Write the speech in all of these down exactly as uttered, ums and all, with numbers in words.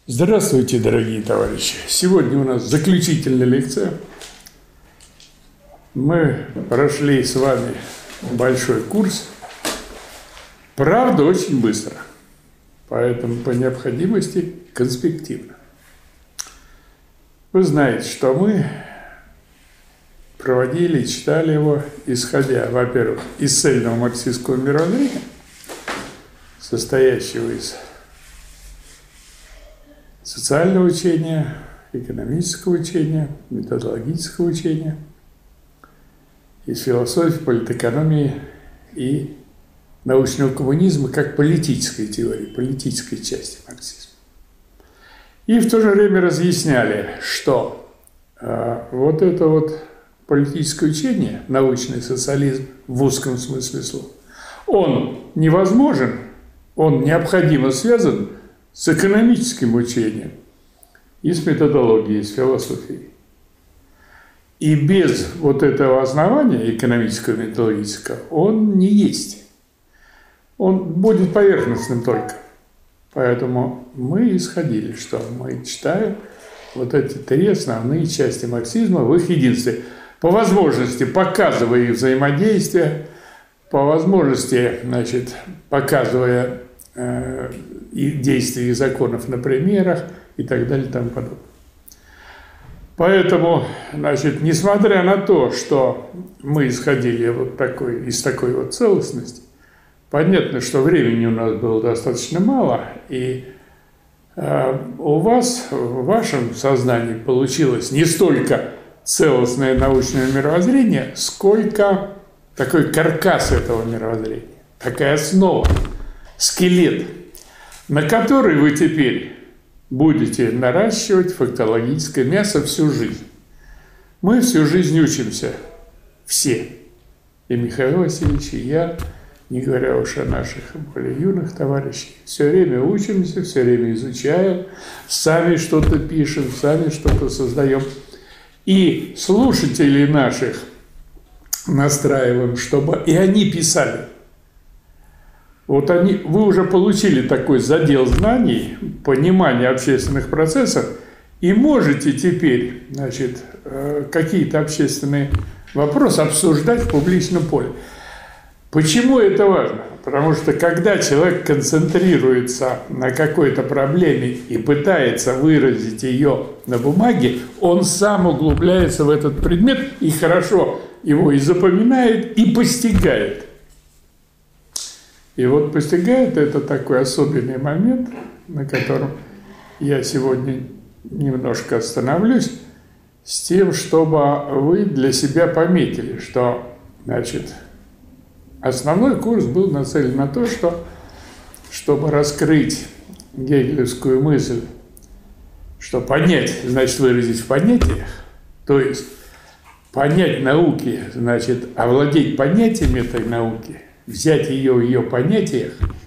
Здравствуйте, дорогие товарищи! Сегодня у нас заключительная лекция. Мы прошли с вами большой курс. Правда, очень быстро. Поэтому по необходимости конспективно. Вы знаете, что мы проводили, читали его, исходя, во-первых, из цельного марксистского мировоззрения, состоящего из социального учения, экономического учения, методологического учения, из философии, политэкономии и научного коммунизма как политической теории, политической части марксизма. И в то же время разъясняли, что э, вот это вот политическое учение, научный социализм в узком смысле слова, он невозможен, он необходимо связан с экономическим учением и с методологией, с философией. И без вот этого основания экономического, методологического он не есть. Он будет поверхностным только. Поэтому мы исходили, что мы читаем вот эти три основные части марксизма в их единстве. По возможности показывая их взаимодействие, по возможности, значит, показывая э, их действия и законов на примерах и так далее и тому подобное. Поэтому, значит, несмотря на то, что мы исходили вот такой, из такой вот целостности, понятно, что времени у нас было достаточно мало, и э, у вас, в вашем сознании получилось не столько целостное научное мировоззрение, сколько такой каркас этого мировоззрения, такая основа, скелет, на который вы теперь будете наращивать фактологическое мясо всю жизнь. Мы всю жизнь учимся, все, и Михаил Васильевич, и я, не говоря уж о наших более юных товарищах, все время учимся, все время изучаем, сами что-то пишем, сами что-то создаем. И слушателей наших настраиваем, чтобы и они писали. Вот они, вы уже получили такой задел знаний, понимания общественных процессов, и можете теперь, значит, какие-то общественные вопросы обсуждать в публичном поле. Почему это важно? Потому что когда человек концентрируется на какой-то проблеме и пытается выразить ее на бумаге, он сам углубляется в этот предмет и хорошо его и запоминает, и постигает. И вот постигает это такой особенный момент, на котором я сегодня немножко остановлюсь, с тем, чтобы вы для себя пометили, что, значит, основной курс был нацелен на то, что, чтобы раскрыть гегелевскую мысль, что понять, значит, выразить в понятиях, то есть понять науки, значит, овладеть понятиями этой науки, взять ее в ее понятиях,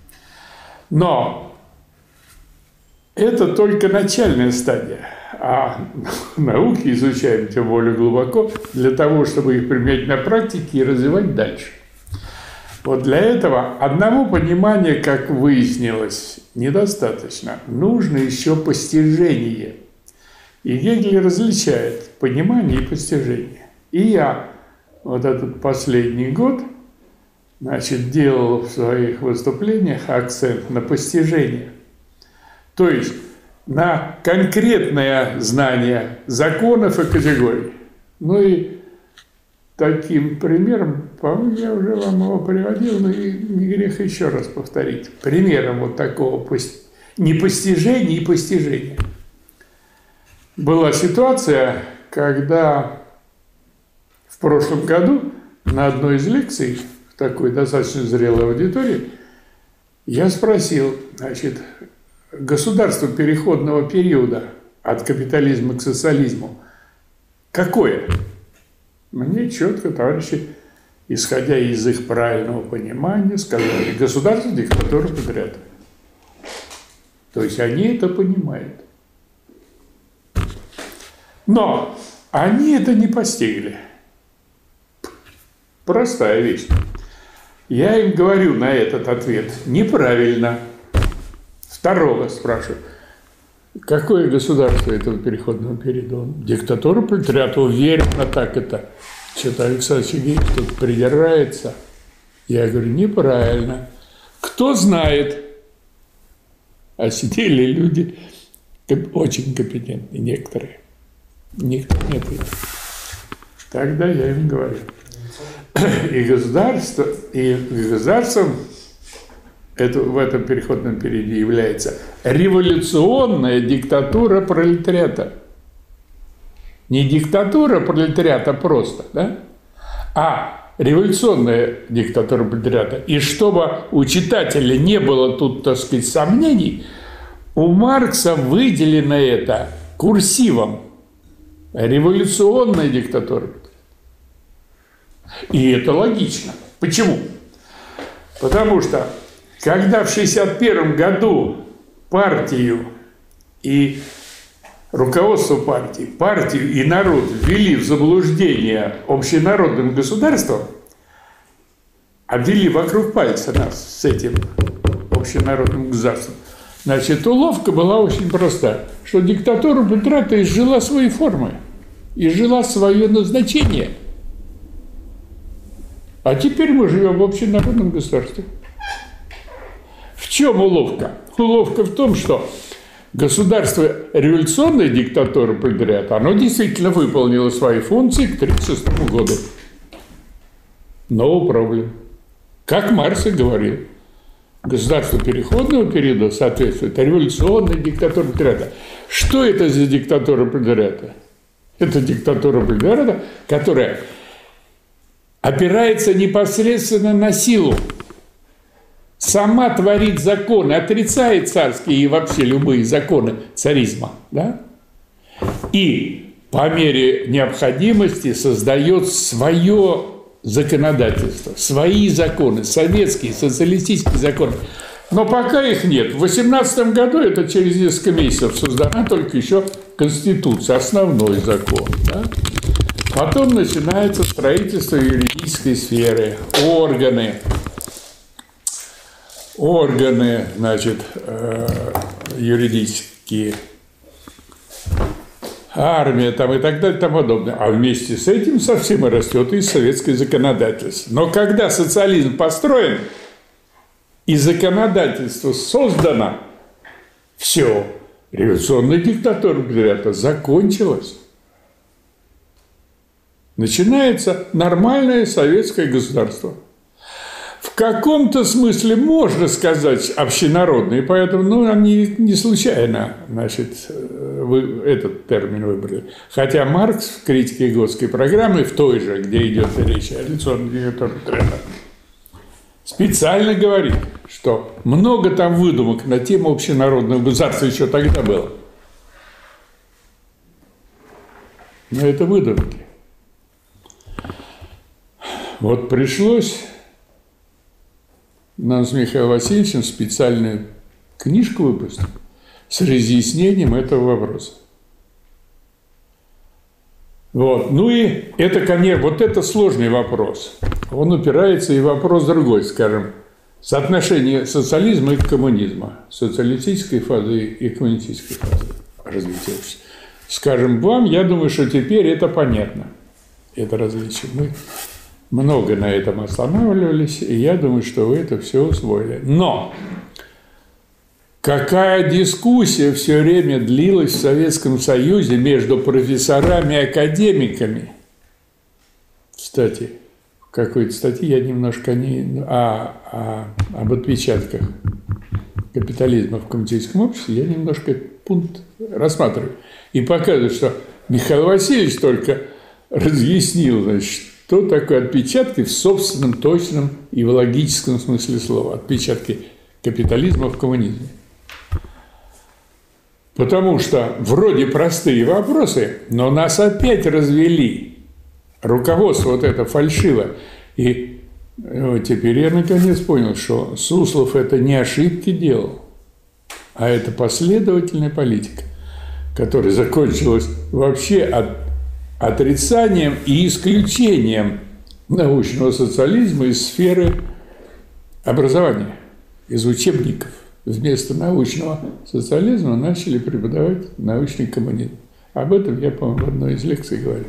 но это только начальная стадия, а науки изучаем тем более глубоко для того, чтобы их применять на практике и развивать дальше. Вот для этого одного понимания, как выяснилось, недостаточно. Нужно еще постижение. И Гегель различает понимание и постижение. И я вот этот последний год, значит, делал в своих выступлениях акцент на постижение. То есть на конкретное знание законов и категорий. Ну и таким примером, по-моему, я уже вам его приводил, но и не грех еще раз повторить. Примером вот такого непостижения и постижения. Была ситуация, когда в прошлом году на одной из лекций в такой достаточно зрелой аудитории я спросил, значит, государство переходного периода от капитализма к социализму какое? Мне четко товарищи, исходя из их правильного понимания, сказали: государство, диктатура, пролетариат. То есть они это понимают. Но они это не постигли. Простая вещь. Я им говорю на этот ответ: неправильно. Второго спрашиваю: Какое государство этого переходного периода? Диктатура пролетариата, уверенно так это. Что-то Александр Сергеевич тут придирается. Я говорю, неправильно. Кто знает? А сидели люди очень компетентные, некоторые. Никто не ответил. Тогда я им говорю. И государство, и государством это, в этом переходном периоде является революционная диктатура пролетариата. Не диктатура пролетариата просто, да? А революционная диктатура пролетариата. И чтобы у читателя не было тут, так сказать, сомнений, у Маркса выделено это курсивом. Революционная диктатура. И это логично. Почему? Потому что, когда в шестьдесят первом году партию и руководство партии, партию и народ ввели в заблуждение общенародным государством, обвели вокруг пальца нас с этим общенародным государством, значит, уловка была очень проста, что диктатура пролетариата изжила свои формы, изжила свое назначение. А теперь мы живем в общенародном государстве. В чем уловка? Уловка в том, что государство революционной диктатуры пролетариата, оно действительно выполнило свои функции к тысяча девятьсот тридцать шестому году. No problem. Как Маркс и говорил, государство переходного периода соответствует революционной диктатуре пролетариата. Что это за диктатура пролетариата? Это диктатура пролетариата, которая опирается непосредственно на силу. Сама творит законы, отрицает царские и вообще любые законы царизма. Да? И по мере необходимости создает свое законодательство, свои законы, советские, социалистические законы. Но пока их нет. В восемнадцатом году, это через несколько месяцев, создана только еще Конституция, основной закон. Да? Потом начинается строительство юридической сферы, органы, органы, значит, э, юридические, армия там и так далее и тому подобное. А вместе с этим совсем и растет и советское законодательство. Но когда социализм построен и законодательство создано, все, революционная диктатура пролетариата закончилась. Начинается нормальное советское государство. В каком-то смысле можно сказать общенародное, поэтому ну, они не случайно, значит, вы этот термин выбрали. Хотя Маркс в критике Готской программы, в той же, где идет речь о революционной диктатуре пролетариата, специально говорит, что много там выдумок на тему общенародного государства еще тогда было. Но это выдумки. Вот пришлось нам с Михаилом Васильевичем специальную книжку выпустить с разъяснением этого вопроса. Вот. Ну и это, конечно, вот это сложный вопрос. Он упирается и в вопрос другой, скажем, соотношение социализма и коммунизма, социалистической фазы и коммунистической фазы развития общества. Скажем, вам, я думаю, что теперь это понятно, это различие. Мы много на этом останавливались, и я думаю, что вы это все усвоили. Но какая дискуссия все время длилась в Советском Союзе между профессорами и академиками. Кстати, в какой-то статье я немножко не... А, а, об отпечатках капитализма в коммунистическом обществе я немножко пункт рассматриваю. И показываю, что Михаил Васильевич только разъяснил, значит, что такое отпечатки в собственном, точном и в логическом смысле слова. Отпечатки капитализма в коммунизме. Потому что вроде простые вопросы, но нас опять развели. Руководство вот это фальшиво. И вот теперь я наконец понял, что Суслов это не ошибки делал, а это последовательная политика, которая закончилась вообще от отрицанием и исключением научного социализма из сферы образования, из учебников. вместо научного социализма начали преподавать научный коммунизм. Об этом я, по-моему, в одной из лекций говорил.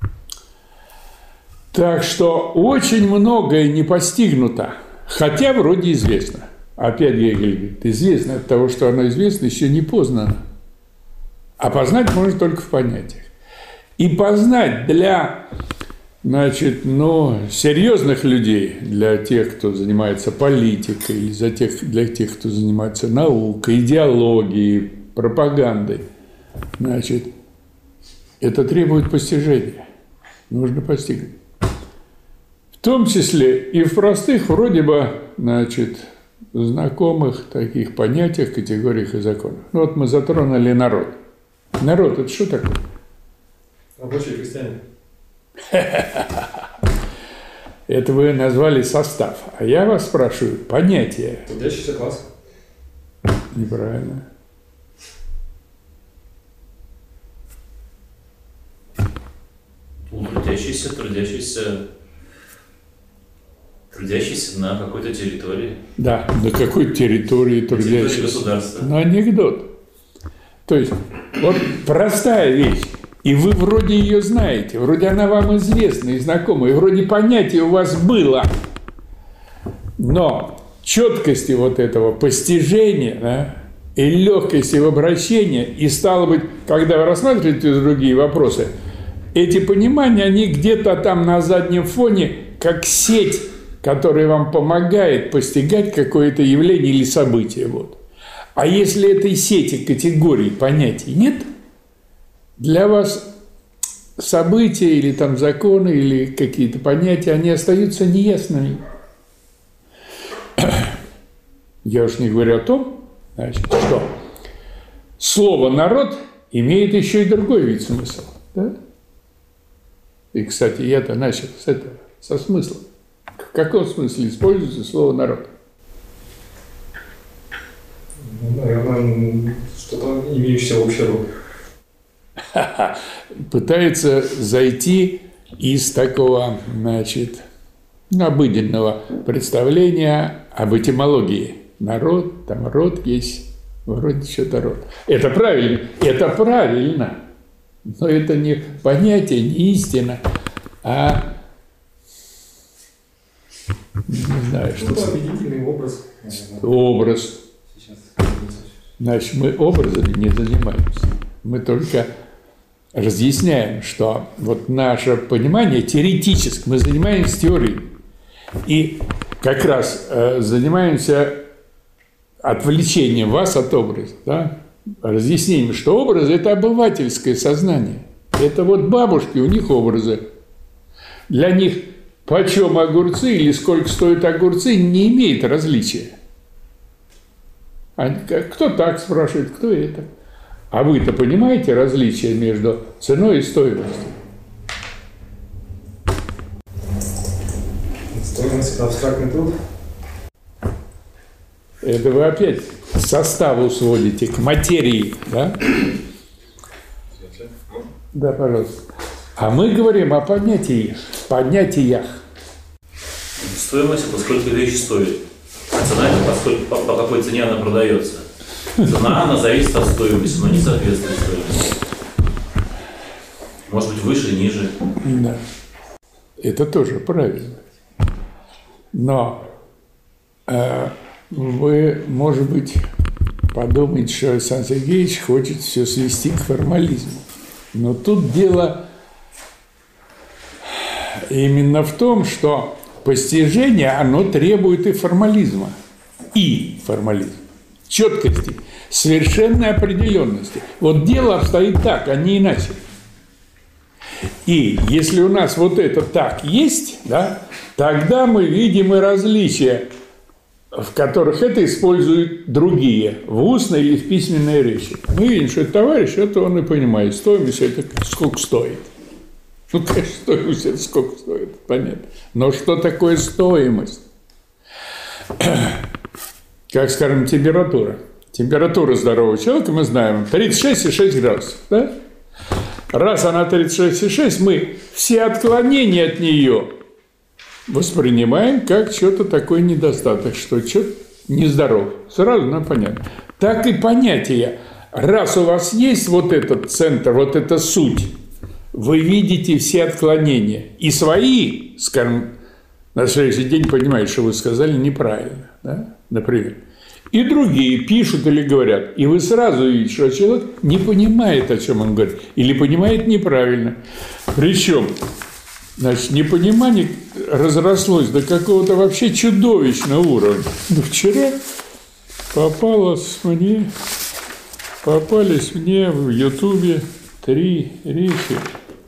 Так что очень многое не постигнуто, хотя вроде известно. Опять Гегель говорит, известно от того, что оно известно, еще не познано. А познать можно только в понятиях. И познать для, значит, ну, серьезных людей, для тех, кто занимается политикой, или за тех, для тех, кто занимается наукой, идеологией, пропагандой, значит, это требует постижения. Нужно постигнуть. В том числе и в простых, вроде бы, значит, знакомых таких понятиях, категориях и законах. Ну, вот мы затронули народ. Народ – это что такое? Рабочие крестьяне. Это вы назвали состав. А я вас спрашиваю, понятие. Трудящийся класс. Неправильно. Трудящийся, трудящийся, трудящийся на какой-то территории. Да, на какой территории трудящийся. Территории государства. Ну, анекдот. То есть, вот простая вещь. И вы вроде ее знаете, вроде она вам известна и знакома, и вроде понятие у вас было. Но четкости вот этого постижения, да, и легкости в обращении, и стало быть, когда вы рассматриваете другие вопросы, эти понимания, они где-то там на заднем фоне, как сеть, которая вам помогает постигать какое-то явление или событие. Вот. А если этой сети категорий понятий нет, для вас события или там законы или какие-то понятия, они остаются неясными. Я уж не говорю о том, значит, что слово «народ» имеет еще и другой вид смысла. Да? И, кстати, я-то начал с этого, со смысла. В каком смысле используется слово «народ»? Ну, наверное, что-то имеющее общий род. Пытается зайти из такого, значит, обыденного представления об этимологии. Народ, там род есть, вроде что-то род. Это правильно, это правильно, но это не понятие, не истина, а не знаю, что это. Победительный образ. Образ. Значит, мы образами не занимаемся. Мы только разъясняем, что вот наше понимание теоретическое, мы занимаемся теорией. И как раз э, занимаемся отвлечением вас от образа, да? Разъяснением, что образ – это обывательское сознание. Это вот бабушки, у них образы. Для них почем огурцы или сколько стоят огурцы не имеет различия. Они, кто так спрашивает, кто это. А вы-то понимаете различие между ценой и стоимостью? Стоимость – это абстрактный труд. Это вы опять к составу сводите, к материи, да? Да, пожалуйста. А мы говорим о понятиях, понятиях. Стоимость – это сколько вещь стоит. А цена – это поскольку, по, по какой цене она продается. Цена, она зависит от стоимости, но не соответствует стоимости. Может быть, выше, ниже. Да. Это тоже правильно. Но э, вы, может быть, подумаете, что Александр Сергеевич хочет все свести к формализму. Но тут дело именно в том, что постижение, оно требует и формализма, и формализма, четкости, совершенной определенности. Вот дело обстоит так, а не иначе. И если у нас вот это так есть, да, тогда мы видим и различия, в которых это используют другие, в устной или в письменной речи. Мы видим, что это товарищ, это он и понимает, стоимость это сколько стоит. Ну, конечно, стоимость это сколько стоит, понятно. Но что такое стоимость? Как, скажем, температура. Температура здорового человека, мы знаем, тридцать шесть и шесть градусов, да? Раз она тридцать шесть и шесть, мы все отклонения от нее воспринимаем как что-то такое недостаток, что что-то нездоров. Сразу, ну, понятно. Так и понятие. Раз у вас есть вот этот центр, вот эта суть, вы видите все отклонения. И свои, скажем, на следующий день понимаете, что вы сказали неправильно, да? Например. И другие пишут или говорят. И вы сразу видите, что человек не понимает, о чем он говорит. Или понимает неправильно. Причем, значит, непонимание разрослось до какого-то вообще чудовищного уровня. Но вчера попалось мне, попались мне в Ютубе три речи.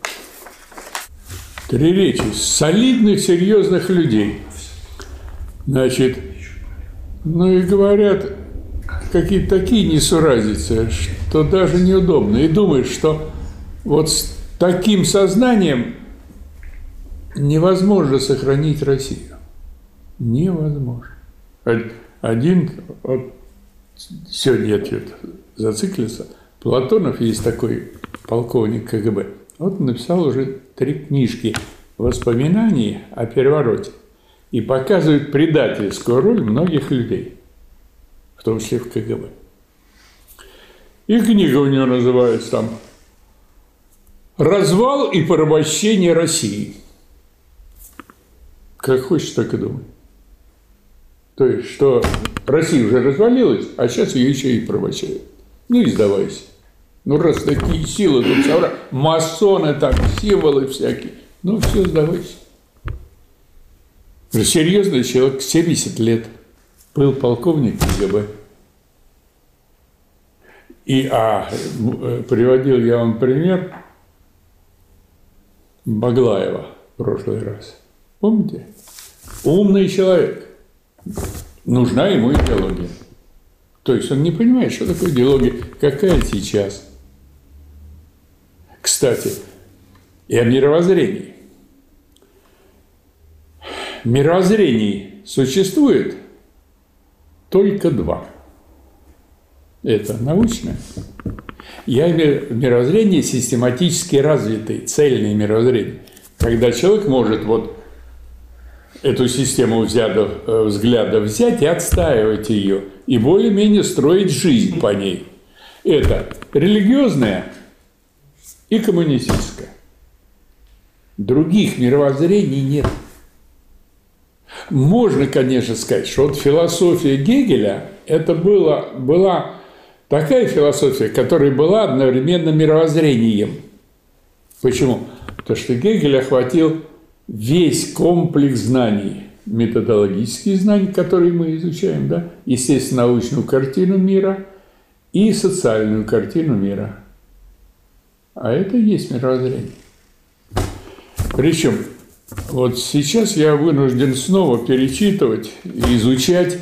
Три речи солидных, серьезных людей. Значит, ну и говорят какие-то такие несуразицы, что даже неудобно. И думаешь, что вот с таким сознанием невозможно сохранить Россию. Невозможно. Один, вот сегодня я что-то зациклился, Платонов, есть такой полковник ка гэ бэ, вот написал уже три книжки воспоминаний о перевороте и показывает предательскую роль многих людей, в том числе в ка гэ бэ. И книга у него называется там «Развал и порабощение России». Как хочешь, так и думай. То есть, что Россия уже развалилась, а сейчас ее еще и порабощают. Ну и сдавайся. Ну, раз такие силы тут собрали, масоны там, символы всякие, ну все, сдавайся. Серьезный человек, семьдесят лет, был полковник ка гэ бэ. И, а, приводил я вам пример Баглаева в прошлый раз. Помните? Умный человек. Нужна ему идеология. То есть он не понимает, что такое идеология, какая сейчас. Кстати, и о мировоззрении. Мировоззрений существует только два. Это научное. Я имею в виду мировоззрение систематически развитое, цельное мировоззрение. Когда человек может вот эту систему взгляда, взгляда взять и отстаивать ее, и более-менее строить жизнь по ней. Это религиозное и коммунистическое. Других мировоззрений нет. Можно, конечно, сказать, что вот философия Гегеля – это было, была такая философия, которая была одновременно мировоззрением. Почему? Потому что Гегель охватил весь комплекс знаний, методологические знания, которые мы изучаем, да, естественно-научную картину мира и социальную картину мира. А это и есть мировоззрение. Причем вот сейчас я вынужден снова перечитывать и изучать,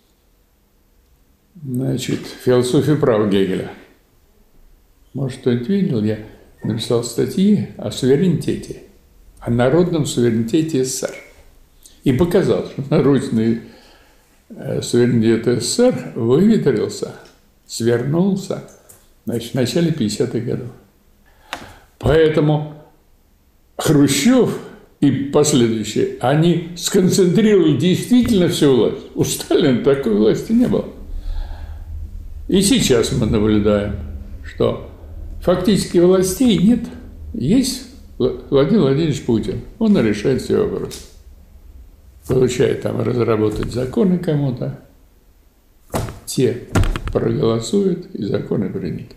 значит, философию права Гегеля. Может, кто-нибудь видел, я написал статьи о суверенитете, о народном суверенитете эс эс эс эр. И показал, что народный суверенитет эс эс эс эр выветрился, свернулся, значит, в начале пятидесятых годов. Поэтому Хрущев и последующие, они сконцентрировали действительно всю власть. У Сталина такой власти не было. И сейчас мы наблюдаем, что фактически властей нет. Есть Владимир Владимирович Путин. Он решает все вопросы. Получает там разработать законы кому-то. Те проголосуют, и законы приняты.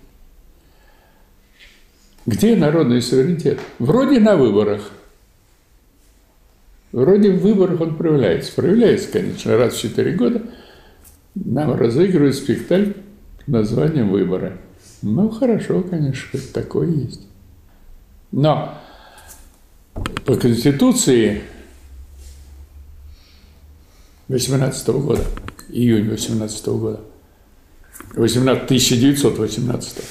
Где народный суверенитет? Вроде на выборах. Вроде в выборах он проявляется. Проявляется, конечно, раз в четыре года нам разыгрывают спектакль под названием «Выборы». Ну, хорошо, конечно, хоть такое есть. Но по Конституции восемнадцатого года, июня восемнадцатого года, тысяча девятьсот восемнадцатого,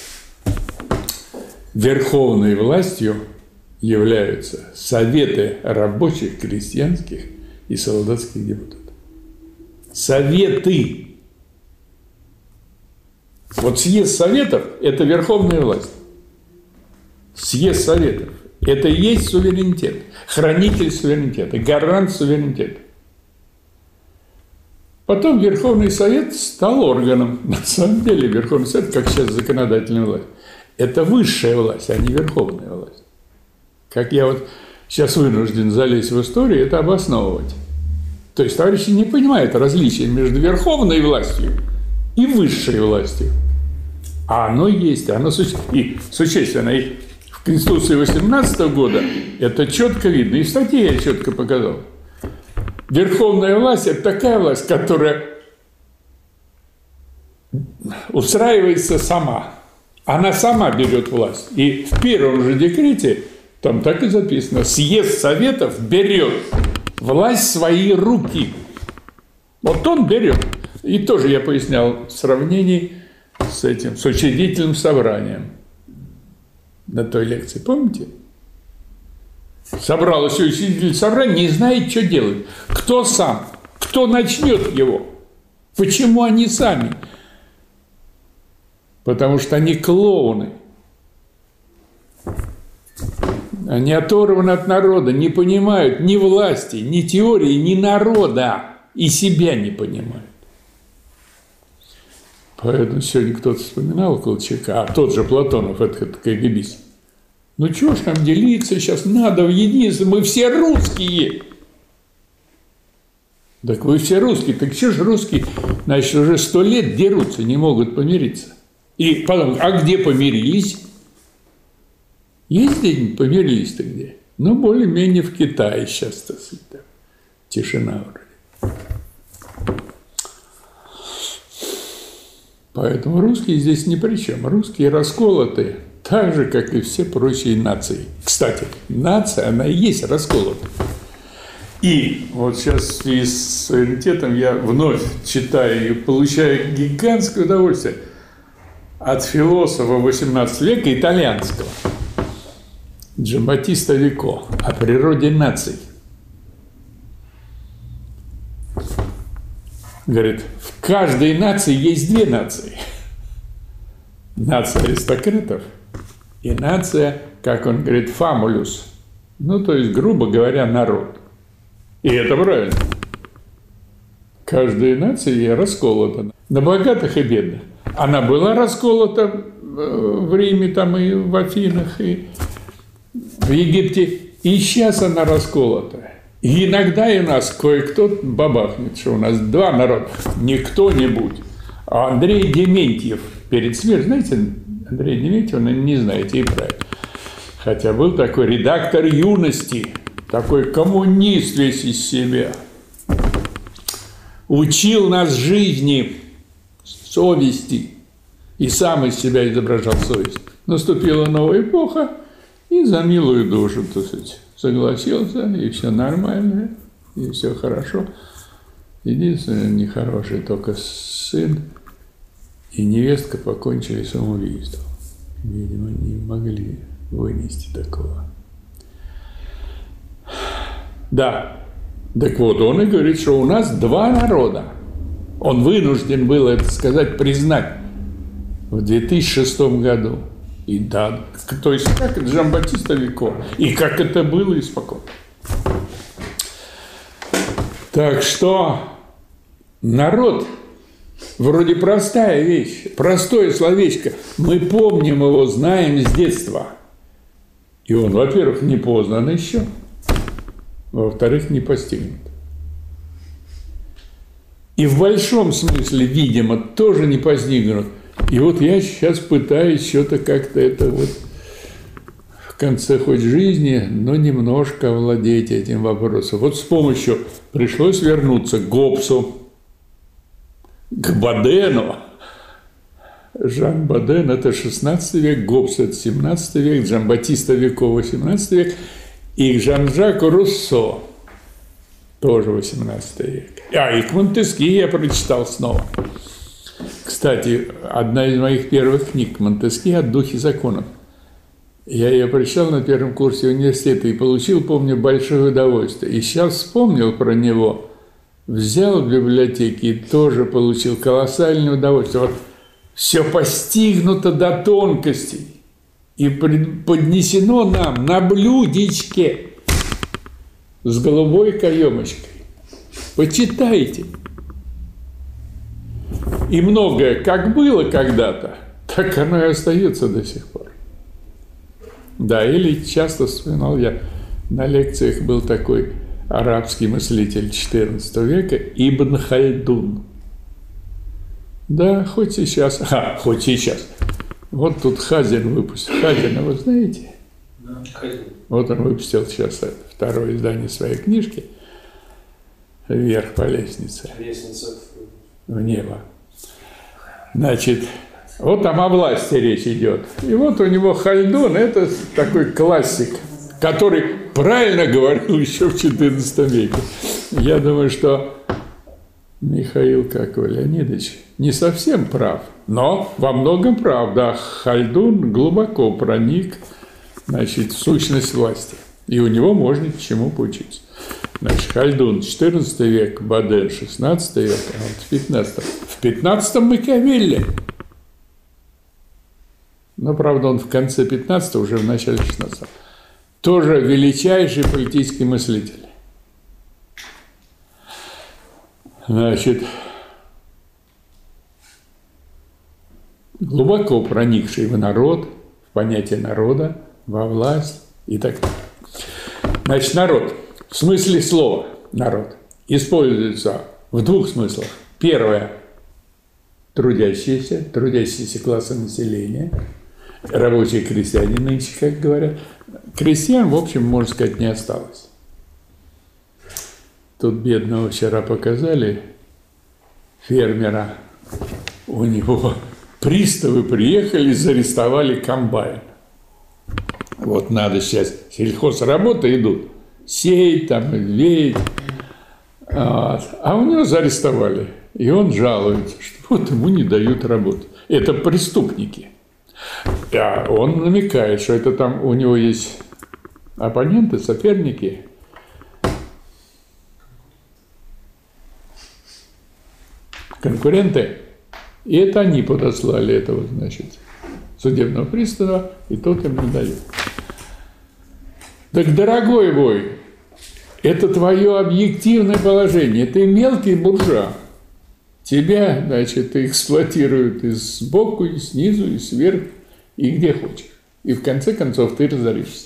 верховной властью являются советы рабочих, крестьянских и солдатских депутатов. Советы. Вот съезд советов – это верховная власть. Съезд советов – это и есть суверенитет, хранитель суверенитета, гарант суверенитета. Потом Верховный Совет стал органом. На самом деле Верховный Совет, как сейчас законодательная власть, это высшая власть, а не верховная власть. Как я вот сейчас вынужден залезть в историю, это обосновывать. То есть товарищи не понимают различия между верховной властью и высшей властью. А оно есть, оно суще... и существенно. И в Конституции восемнадцатого года это четко видно, и в статье я четко показал. Верховная власть – это такая власть, которая устраивается сама. Она сама берет власть. И в первом же декрете там так и записано: съезд Советов берет власть в свои руки. Вот он берет. И тоже я пояснял в сравнении с этим, с учредительным собранием на той лекции. Помните? Собралось учредительное собрание, не знает, что делать. Кто сам? Кто начнет его? Почему они сами? Потому что они клоуны. Они оторваны от народа, не понимают ни власти, ни теории, ни народа. И себя не понимают. Поэтому сегодня кто-то вспоминал Колчака, а тот же Платонов, этот КГБист. Ну чего ж нам делиться сейчас, надо в единство, мы все русские. Так вы все русские, так что же русские, значит, уже сто лет дерутся, не могут помириться. И потом, а где помирились? Есть где помирились-то где? Ну, более-менее в Китае сейчас, так сказать, тишина вроде. Поэтому русские здесь ни при чем. Русские расколоты так же, как и все прочие нации. Кстати, нация, она и есть расколота. И вот сейчас в связи с суверенитетом я вновь читаю и получаю гигантское удовольствие от философа восемнадцатого века итальянского Джамбаттиста Вико о природе наций. Говорит, в каждой нации есть две нации. Нация аристократов и нация, как он говорит, фамулюс. Ну, то есть, грубо говоря, народ. И это правильно. Каждая нация расколота на богатых и бедных. Она была расколота в Риме, там и в Афинах, и в Египте. И сейчас она расколота. И иногда и у нас кое-кто бабахнет, что у нас два народа, не кто-нибудь. А Андрей Дементьев перед смертью, знаете, Андрей Дементьев, вы не знаете, и правильно. Хотя был такой редактор «Юности», такой коммунист весь из себя. Учил нас жизни, совести, и сам из себя изображал совесть. Наступила новая эпоха, и за милую душу, так сказать, согласился, и все нормально, и все хорошо. Единственное, нехорошее, только сын и невестка покончили самоубийством. Видимо, не могли вынести такого. Да, так вот, он и говорит, что у нас два народа. Он вынужден был это сказать, признать в две тысячи шестом году. И да, то есть как это Джамбаттиста Вико, и как это было испокон. Так что народ вроде простая вещь, простое словечко. Мы помним его, знаем с детства. И он, во-первых, не познан еще, во-вторых, не постигнут. И в большом смысле, видимо, тоже не постигнут. И вот я сейчас пытаюсь что-то как-то это вот в конце хоть жизни, но немножко овладеть этим вопросом. Вот с помощью пришлось вернуться к Гоббсу, к Бодену. Жан Боден – это шестнадцатый век, Гоббс – это семнадцатый век, Джамбаттиста Вико – восемнадцатый век, и к Жан-Жаку Руссо – тоже восемнадцатый век. А, и к Монтескье я прочитал снова. Кстати, одна из моих первых книг Монтескье «О духе законов». Я ее прочитал на первом курсе университета и получил, помню, большое удовольствие. И сейчас вспомнил про него, взял в библиотеке и тоже получил колоссальное удовольствие. Вот все постигнуто до тонкостей и поднесено нам на блюдечке с голубой каемочкой. Почитайте. И многое, как было когда-то, так оно и остается до сих пор. Да, или часто вспоминал я, на лекциях был такой арабский мыслитель четырнадцатого века Ибн Хальдун. Да, хоть сейчас, а, хоть сейчас. Вот тут Хазин выпустил. Хазина вы знаете? Да, Хазин. Вот он выпустил сейчас второе издание своей книжки «Вверх по лестнице». Лестница в небо. Значит, вот там о власти речь идет. И вот у него Хальдун – это такой классик, который правильно говорил еще в четырнадцатом веке. Я думаю, что Михаил, как его, Леонидович, не совсем прав, но во многом прав. Да, Хальдун глубоко проник, значит, в сущность власти. И у него можно чему поучиться. Значит, Хальдун четырнадцатый век, Баден шестнадцатый век, а вот в пятнадцатом. В пятнадцатом Макиавелли. Но, правда, он в конце пятнадцатого, уже в начале шестнадцатого. Тоже величайший политический мыслитель. Значит, глубоко проникший в народ, в понятие народа, во власть и так далее. Значит, народ, в смысле слова народ, используется в двух смыслах. Первое – трудящиеся, трудящиеся классы населения, рабочие крестьяне нынче, как говорят. Крестьян, в общем, можно сказать, не осталось. Тут бедного вчера показали фермера. У него приставы приехали, зарестовали комбайн. Вот надо сейчас, сельхозработы идут, сеять там, веять. А, а у него зарестовали. И он жалуется, что вот ему не дают работать. Это преступники. А он намекает, что это там у него есть оппоненты, соперники. Конкуренты. И это они подослали этого, значит, судебного пристава, и тот им не дает. Так, дорогой мой, это твое объективное положение. Ты мелкий буржуа. Тебя, значит, эксплуатируют и сбоку, и снизу, и сверху, и где хочешь. И в конце концов ты разоришься.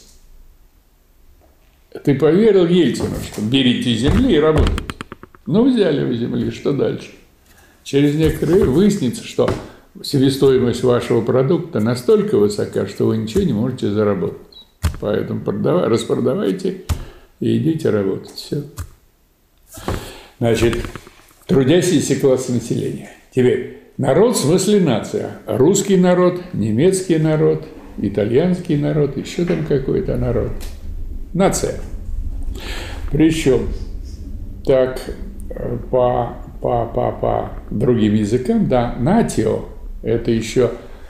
Ты поверил Ельцину, что берите земли и работайте. Ну, взяли вы земли, что дальше? Через некоторое время выяснится, что себестоимость вашего продукта настолько высока, что вы ничего не можете заработать. Поэтому продавай, распродавайте и идите работать. Все. Значит, трудящийся класс населения. Теперь, народ в смысле нация. Русский народ, немецкий народ, итальянский народ, еще там какой-то народ. Нация. Причем, так, по, по, по, по другим языкам, да, натио – это еще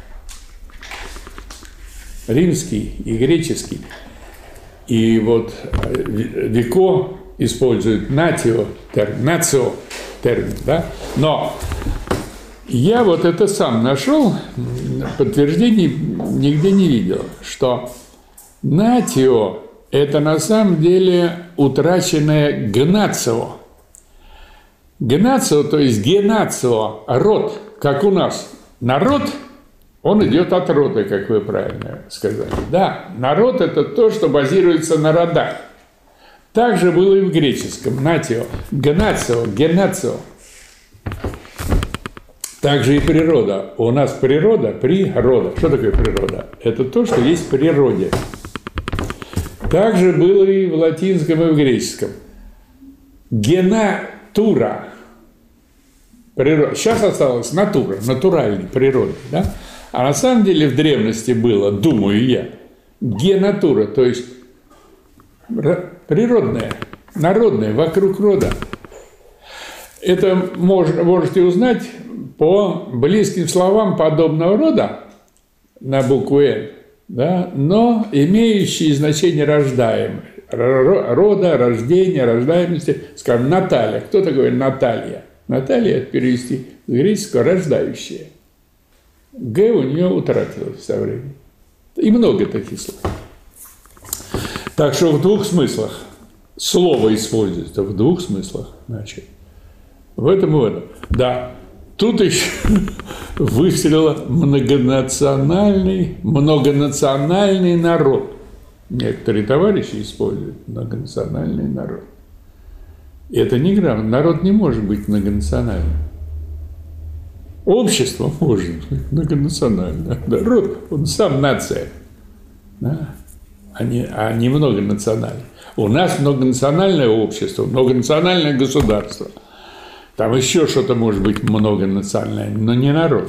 римский и греческий. И вот Вико использует натио, термин, нацио термин, да? Но я вот это сам нашел, подтверждений нигде не видел, что натио – это на самом деле утраченное гнацио. Гнацио, то есть генацио, род, как у нас. Народ, он идет от рода, как вы правильно сказали. Да, народ – это то, что базируется на родах. Так же было и в греческом. Натио, гнацио, генацио. Также и природа. У нас природа, природа. Что такое природа? Это то, что есть в природе. Так же было и в латинском, и в греческом. Генатура. Природа. Сейчас осталась натура, натуральной природа. Да? А на самом деле в древности было, думаю я, генатура, то есть природная, народная, вокруг рода. Это мож, можете узнать по близким словам подобного рода на букву «Н», да, но имеющие значение рождаемое. Рода, рождения, рождаемости. Скажем, Наталья. Кто такое Наталья? Наталья – это перевести с греческого «рождающая». «Г» у нее утратилось со временем. И много таких слов. Так что в двух смыслах слово используется, в двух смыслах. Значит, в этом и в этом. Да, тут еще выстрелил многонациональный, многонациональный народ. Некоторые товарищи используют многонациональный народ. Это неграмотно. Народ не может быть многонациональным. Общество может быть многонациональное. Народ, он сам нация. Да? А не, а не многонациональное. У нас многонациональное общество, многонациональное государство. Там еще что-то может быть многонациональное, но не народ.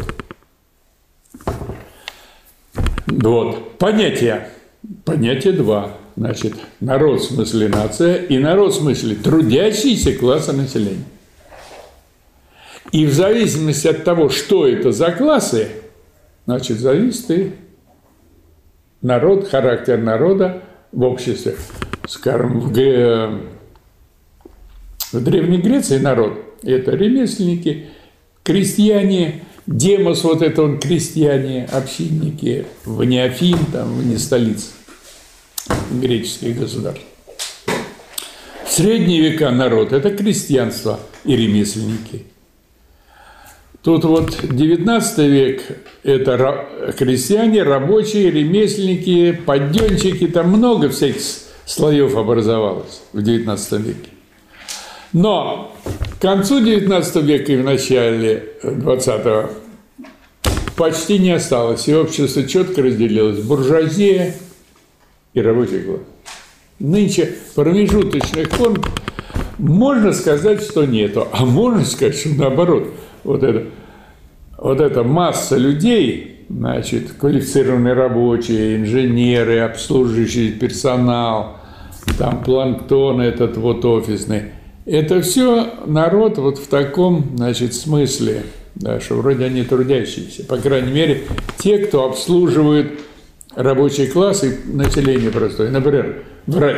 Вот. Понятия. Понятие два. Значит, народ в смысле нация и народ в смысле трудящийся класса населения. И в зависимости от того, что это за классы, значит, зависит и народ, характер народа в обществе. Скажем, в, Г... в Древней Греции народ – это ремесленники, крестьяне, демос, вот это он крестьяне, общинники, вне Афин, там, вне столиц греческих государств. В средние века народ – это крестьянство и ремесленники. Тут вот девятнадцатый век – это крестьяне, рабочие, ремесленники, поддёнщики, там много всяких слоев образовалось в девятнадцатом веке. Но к концу девятнадцатого века и в начале двадцатого почти не осталось, и общество четко разделилось – буржуазия и рабочий класс. Нынче промежуточных форм можно сказать, что нету, а можно сказать, что наоборот. Вот, это, вот эта масса людей, значит, квалифицированные рабочие, инженеры, обслуживающий персонал, там планктон этот вот офисный, это все народ вот в таком, значит, смысле, да, что вроде они трудящиеся, по крайней мере, те, кто обслуживает рабочий класс и население простое. Например, врач.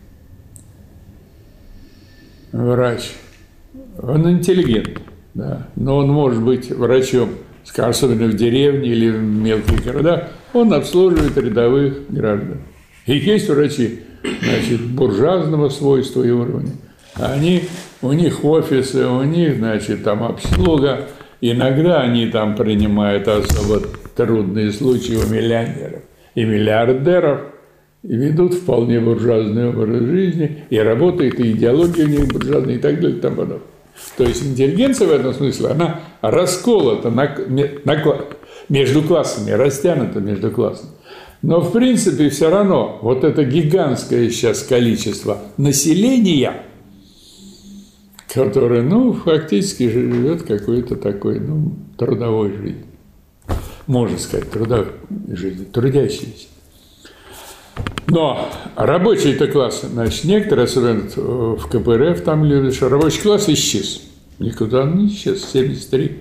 Врач. Он интеллигент. Да, но он может быть врачом, особенно в деревне или в мелких городах, он обслуживает рядовых граждан. И есть врачи, значит, буржуазного свойства и уровня. Они, у них офисы, у них, значит, там обслуга. Иногда они там принимают особо трудные случаи у миллионеров и миллиардеров, и ведут вполне буржуазный образ жизни, и работает, и идеология у них буржуазная, и так далее, и тому подобное. То есть интеллигенция в этом смысле, она расколота на, на, между классами, растянута между классами. Но, в принципе, все равно вот это гигантское сейчас количество населения, которое, ну, фактически живет какой-то такой, ну, трудовой жизнью. Можно сказать, трудовой жизнью, трудящейся. Но рабочий-то класс, значит, некоторые, особенно в ка пэ эр эф, там любят, что рабочий класс исчез. Никуда он не исчез. семьдесят три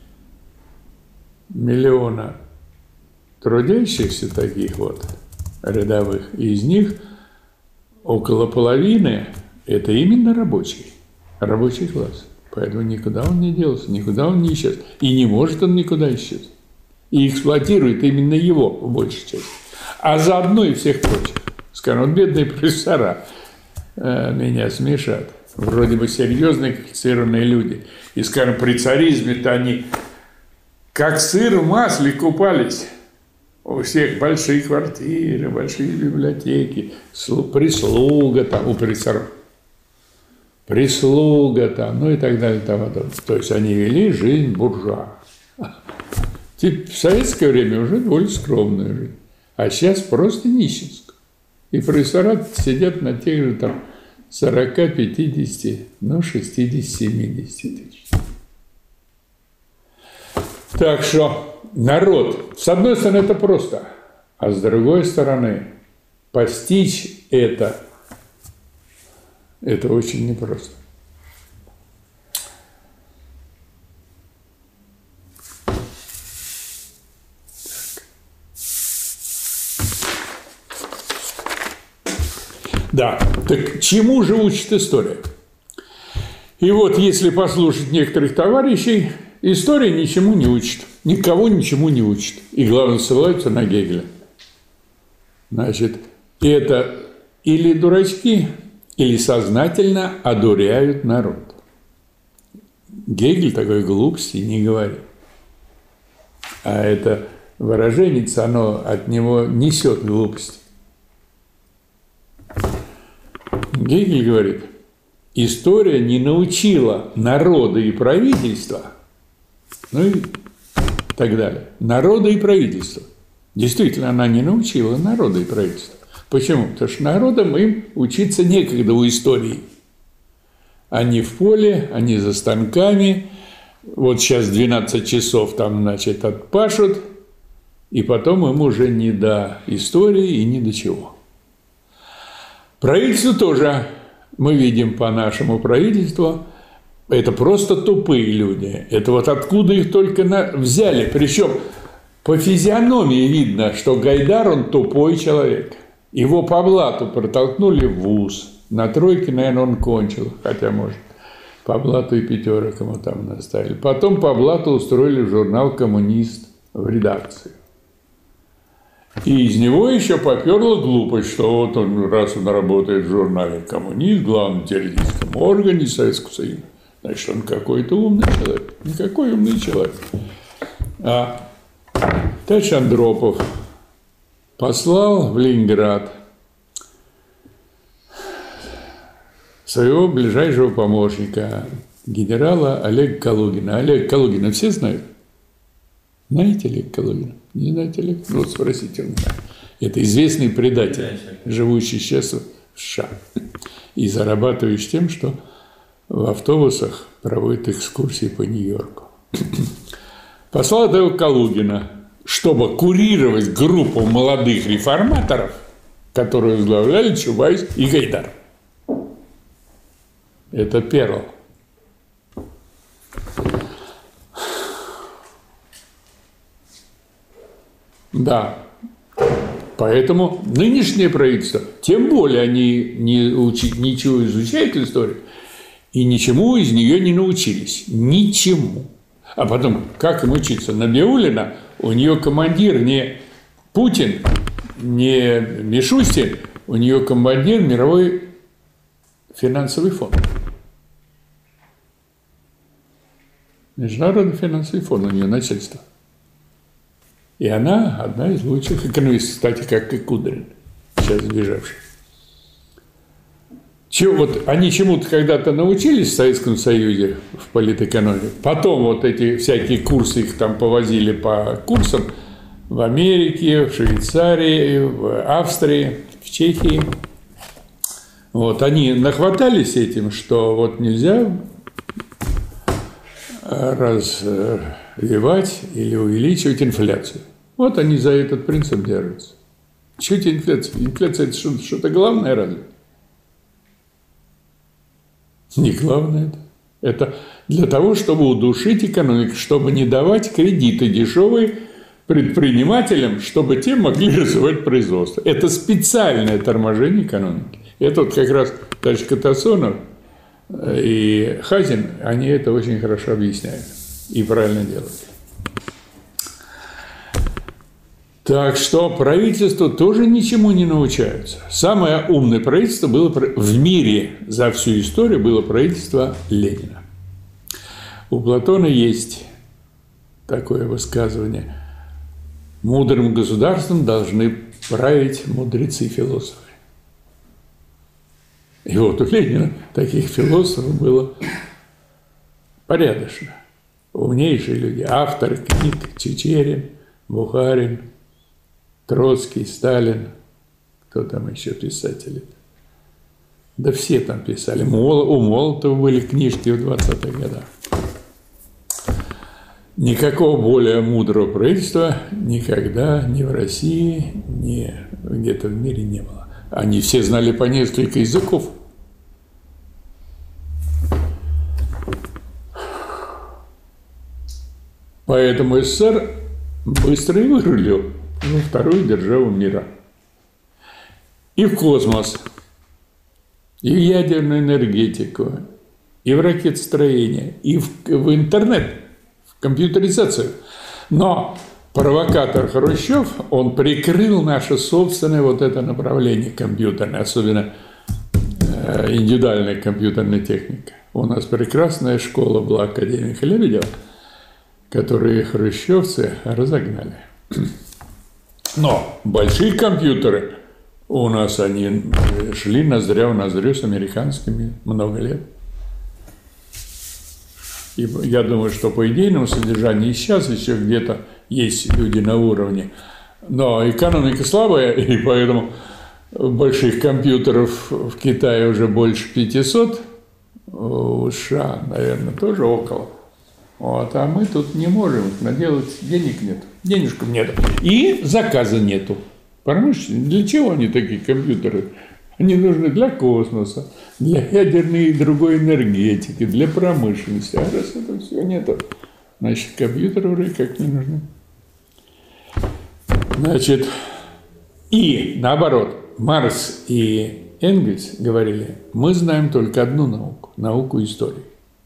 миллиона трудящихся таких вот рядовых. И из них около половины – это именно рабочий. Рабочий класс. Поэтому никуда он не делся, никуда он не исчез. И не может он никуда исчезнуть. И эксплуатирует именно его в большей части. А заодно и всех прочих. Скажем, вот бедные профессора э, меня смешат. Вроде бы серьезные, квалифицированные люди. И, скажем, при царизме-то они как сыр в масле купались. У всех большие квартиры, большие библиотеки, прислуга там у профессоров. Прислуга там, ну и так далее, и тому подобное. То есть они вели жизнь буржуа. В советское время уже довольно скромную жизнь. А сейчас просто нищенскую. И профессора сидят на тех же там сорока, пятидесяти, ну, шестидесяти, семидесяти тысяч. Так что народ, с одной стороны, это просто, а с другой стороны, постичь это, это очень непросто. Да, так чему же учит история? И вот если послушать некоторых товарищей, история ничему не учит, никого ничему не учит. И главное, ссылаются на Гегеля. Значит, это или дурачки, или сознательно одуряют народ. Гегель такой глупости не говорит. А это выражение, оно от него несет глупость. Гегель говорит, история не научила народа и правительства, ну и так далее. Народа и правительства. Действительно, она не научила народа и правительства. Почему? Потому что народам им учиться некогда у истории. Они в поле, они за станками. Вот сейчас двенадцать часов там, значит, отпашут, и потом им уже не до истории и ни до чего. Правительство тоже, мы видим по нашему правительству, это просто тупые люди. Это вот откуда их только на... взяли. Причем по физиономии видно, что Гайдар, он тупой человек. Его по блату протолкнули в вуз. На тройке, наверное, он кончил, хотя, может, по блату и пятерок ему там наставили. Потом по блату устроили в журнал «Коммунист» в редакцию. И из него еще поперла глупость, что вот он, раз он работает в журнале «Коммунист», главном теоретическом органе Советского Союза, значит, он какой-то умный человек. Никакой умный человек. А товарищ Андропов послал в Ленинград своего ближайшего помощника, генерала Олега Калугина. Олег Калугина все знают? Знаете Олега Калугина? Не знаете Олега? Ну, вот спросите. Это известный предатель, живущий сейчас в США и зарабатывающий тем, что в автобусах проводит экскурсии по Нью-Йорку. Послал этого Калугина, чтобы курировать группу молодых реформаторов, которые возглавляли Чубайс и Гайдар. Это перл. Да. Поэтому нынешнее правительство, тем более они не учи, ничего изучают историю, и ничему из нее не научились. Ничему. А потом, как им учиться? Набиуллина, у нее командир не Путин, не Мишустин, у нее командир мировой финансовый фонд. Международный финансовый фонд у нее начальство. И она одна из лучших экономистов, кстати, как и Кудрин, сейчас сбежавший. Чего, вот они чему-то когда-то научились в Советском Союзе в политэкономии, потом вот эти всякие курсы, их там повозили по курсам в Америке, в Швейцарии, в Австрии, в Чехии. Вот, они нахватались этим, что вот нельзя развивать или увеличивать инфляцию. Вот они за этот принцип держатся. Чуть инфляция. Инфляция – это что-то главное разве? Не главное это. Это для того, чтобы удушить экономику, чтобы не давать кредиты дешевые предпринимателям, чтобы те могли развивать производство. Это специальное торможение экономики. Это вот как раз товарищ Катасонов и Хазин, они это очень хорошо объясняют и правильно делают. Так что правительство тоже ничему не научаются. Самое умное правительство было в мире за всю историю было правительство Ленина. У Платона есть такое высказывание: мудрым государством должны править мудрецы-философы. И вот у Ленина таких философов было порядочно. Умнейшие люди, авторы книг: Чичерин, Бухарин, Троцкий, Сталин, кто там еще писатели? Да все там писали. У Молотова были книжки в двадцатых годах. Никакого более мудрого правительства никогда ни в России, ни где-то в мире не было. Они все знали по несколько языков. Поэтому СССР быстро и вырулил во вторую державу мира. И в космос, и в ядерную энергетику, и в ракетостроение, и в, в интернет, в компьютеризацию. Но провокатор Хрущев, он прикрыл наше собственное вот это направление компьютерное, особенно э, индивидуальная компьютерная техника. У нас прекрасная школа была академика Лебедева, которые хрущевцы разогнали. Но большие компьютеры у нас, они шли ноздря в ноздрю с американскими много лет. И я думаю, что по идейному содержанию и сейчас еще где-то есть люди на уровне. Но экономика слабая, и поэтому больших компьютеров в Китае уже больше пятисот, в США, наверное, тоже около. Вот, а мы тут не можем их наделать, денег нет, денежков нет. И заказа нету. Понимаешь, для чего они такие компьютеры? Они нужны для космоса, для ядерной и другой энергетики, для промышленности. А раз этого всего нету, значит, компьютеры вроде как не нужны. Значит, и наоборот, Маркс и Энгельс говорили, мы знаем только одну науку, науку истории.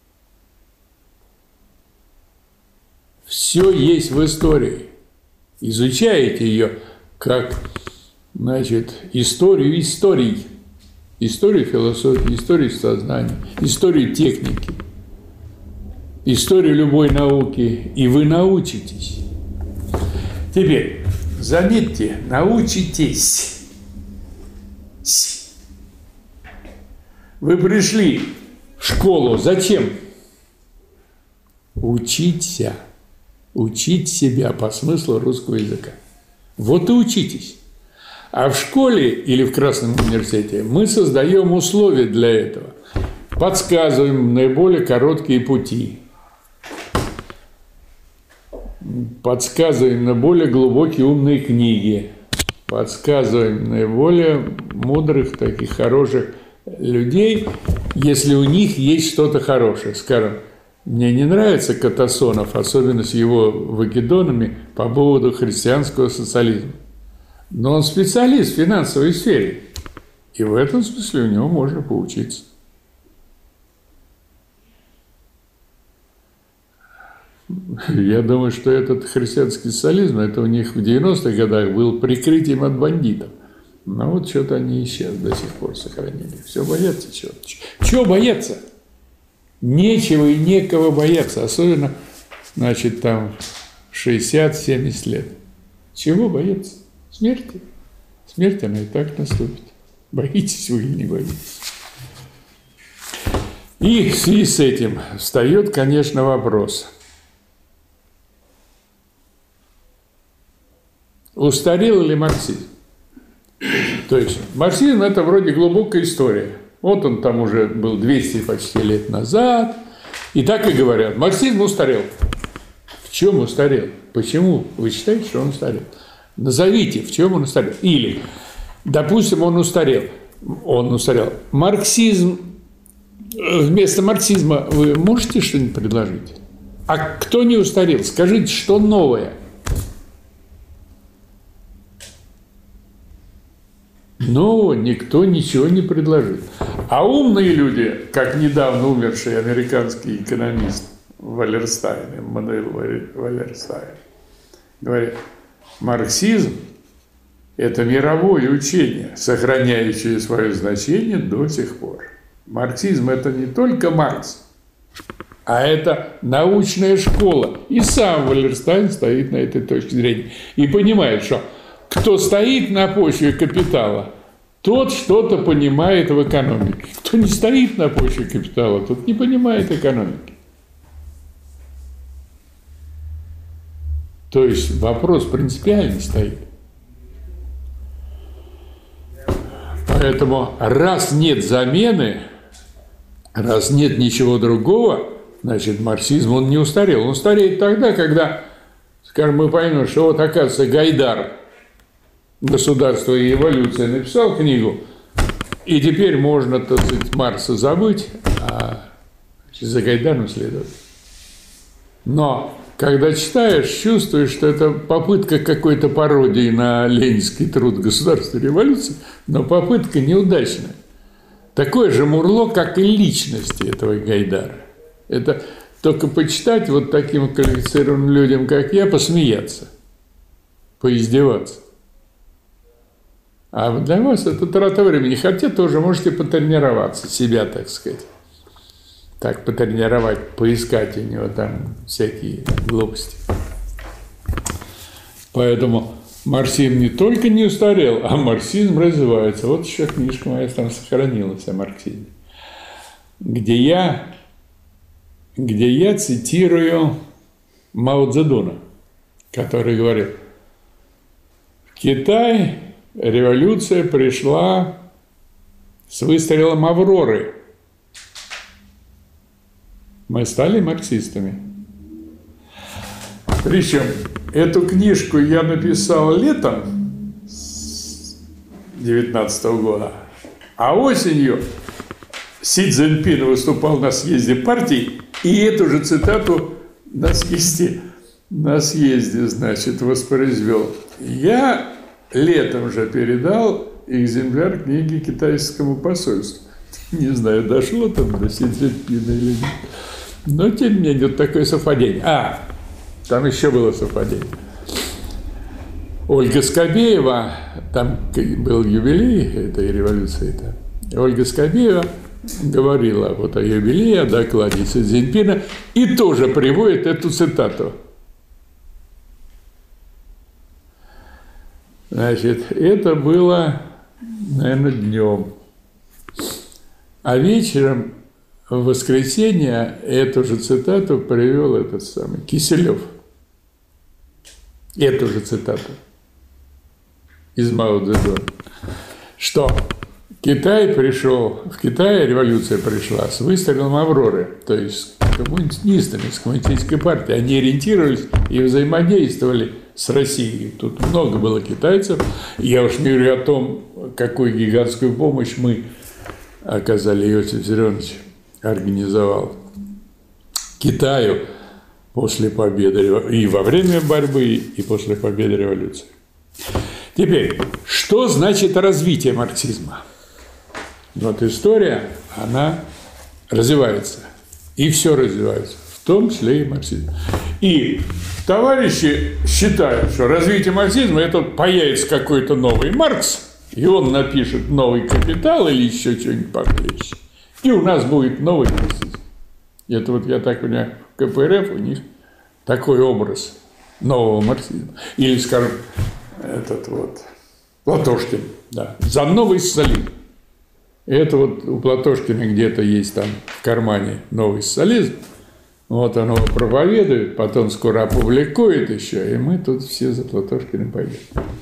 Все есть в истории. Изучаете ее как, значит, историю историй. Историю философии, историю сознания, историю техники, историю любой науки, и вы научитесь. Теперь, заметьте, научитесь. Вы пришли в школу. Зачем? Учиться. Учить себя по смыслу русского языка. Вот и учитесь. А в школе или в Красном университете мы создаем условия для этого. Подсказываем наиболее короткие пути. Подсказываем наиболее глубокие умные книги. Подсказываем наиболее мудрых, таких хороших людей, если у них есть что-то хорошее. Скажем, мне не нравится Катасонов, особенно с его выкидонами по поводу христианского социализма. Но он специалист в финансовой сфере. И в этом смысле у него можно поучиться. Я думаю, что этот христианский социализм, это у них в девяностых годах был прикрытием от бандитов. Но вот что-то они и сейчас до сих пор сохранили. Все боятся чего-то. Чего бояться? Нечего и некого бояться. Особенно, значит, там шестьдесят-семьдесят лет. Чего бояться? Смерти. Смерть, она и так наступит. Боитесь вы или не боитесь? И в связи с этим встает, конечно, вопрос. Устарел ли марксизм? То есть марксизм – это вроде глубокая история. Вот он там уже был двести почти лет назад. И так и говорят, марксизм устарел. В чем устарел? Почему вы считаете, что он устарел? Назовите, в чем он устарел. Или, допустим, он устарел. Он устарел. Марксизм, вместо марксизма вы можете что-нибудь предложить? А кто не устарел? Скажите, что новое? Но никто ничего не предложит. А умные люди, как недавно умерший американский экономист Валерстайн, Эммануэль Валерстайн, говорит, марксизм – это мировое учение, сохраняющее свое значение до сих пор. Марксизм – это не только Маркс, а это научная школа. И сам Валерстайн стоит на этой точке зрения и понимает, что кто стоит на почве капитала, тот что-то понимает в экономике. Кто не стоит на почве капитала, тот не понимает экономики. То есть вопрос принципиальный стоит. Поэтому раз нет замены, раз нет ничего другого, значит, марксизм, он не устарел. Он устареет тогда, когда, скажем, мы поймем, что вот, оказывается, Гайдар «Государство и эволюция» написал книгу, и теперь можно, так сказать, Маркса забыть, а за Гайдаром следовать. Но когда читаешь, чувствуешь, что это попытка какой-то пародии на ленинский труд «Государство и революция», но попытка неудачная. Такое же мурло, как и личности этого Гайдара. Это только почитать вот таким квалифицированным людям, как я, посмеяться, поиздеваться. А для вас это трата времени. Хотя тоже можете потренироваться, себя, так сказать. так потренировать, поискать у него там всякие глупости. Поэтому марксизм не только не устарел, а марксизм развивается. Вот еще книжка моя там сохранилась о марксизме, где я, где я цитирую Мао Цзэдуна, который говорит: в Китай революция пришла с выстрелом Авроры. Мы стали марксистами. Причем эту книжку я написал летом девятнадцатого года, а осенью Си Цзиньпин выступал на съезде партии, и эту же цитату на съезде, на съезде, значит, воспроизвел. Я летом же передал экземпляр книги китайскому посольству. Не знаю, дошло там до Си Цзиньпина или нет. Но, тем не менее, вот такое совпадение. А, там еще было совпадение. Ольга Скобеева, там был юбилей этой революции-то, Ольга Скобеева говорила вот о юбилее, о докладе Си Цзиньпина, и тоже приводит эту цитату. Значит, это было, наверное, днем. А вечером, в воскресенье, эту же цитату привел этот самый Киселев. Эту же цитату из Мао Цзэдуна. Что Китай пришел, в Китае революция пришла с выстрелом Авроры, то есть с коммунистами, с коммунистической партией. Они ориентировались и взаимодействовали с Россией. Тут много было китайцев. Я уж не говорю о том, какую гигантскую помощь мы оказали, Иосиф Виссарионович организовал Китаю после победы, и во время борьбы, и после победы революции. Теперь, что значит развитие марксизма? Вот история, она развивается, и все развивается, в том числе и марксизм. И товарищи считают, что развитие марксизма – это появится какой-то новый Маркс, и он напишет новый «Капитал» или еще что-нибудь похлеще. И у нас будет новый марксизм. Это вот я так понимаю, в ка пэ эр эф у них такой образ нового марксизма. Или, скажем, этот вот Платошкин, да, за новый социализм. Это вот у Платошкина где-то есть там в кармане новый социализм. Вот он его проповедует, потом скоро опубликует еще, и мы тут все за Платошкиным пойдем.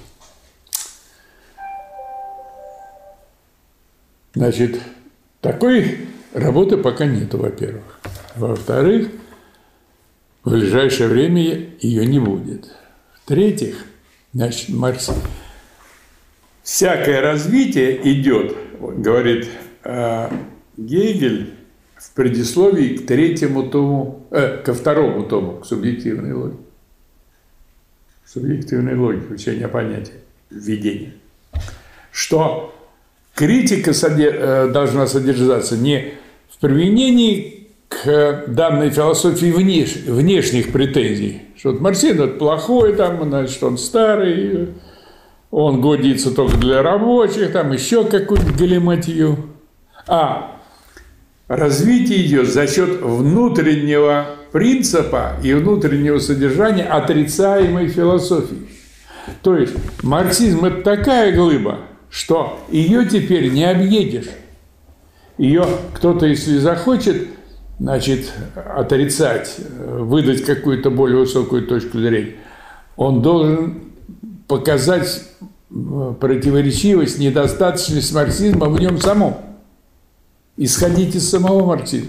Значит, такой работы пока нету, во-первых. Во-вторых, в ближайшее время ее не будет. В-третьих, значит, марксизм. Всякое развитие идет, говорит э, Гегель в предисловии к третьему тому, э, ко второму тому, к субъективной логике. Субъективной логике, учение понятия, введение. Что критика должна содержаться не в применении к данной философии внеш... внешних претензий. Что вот марксизм это плохой, там, значит, он старый, он годится только для рабочих, там еще какую-нибудь галиматью. А развитие идет за счет внутреннего принципа и внутреннего содержания отрицаемой философии. То есть марксизм – это такая глыба, что ее теперь не объедешь. Ее кто-то, если захочет, значит, отрицать, выдать какую-то более высокую точку зрения, он должен показать противоречивость, недостаточность марксизма в нем самом. Исходить из самого марксизма.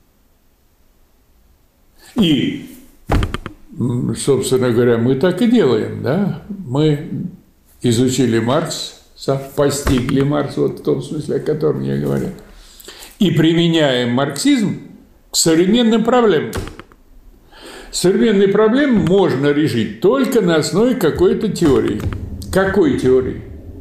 И, собственно говоря, мы так и делаем, да? Мы изучили Маркс, постигли Маркс, вот в том смысле, о котором я говорю, и применяем марксизм к современным проблемам. Современные проблемы можно решить только на основе какой-то теории. Какой теории?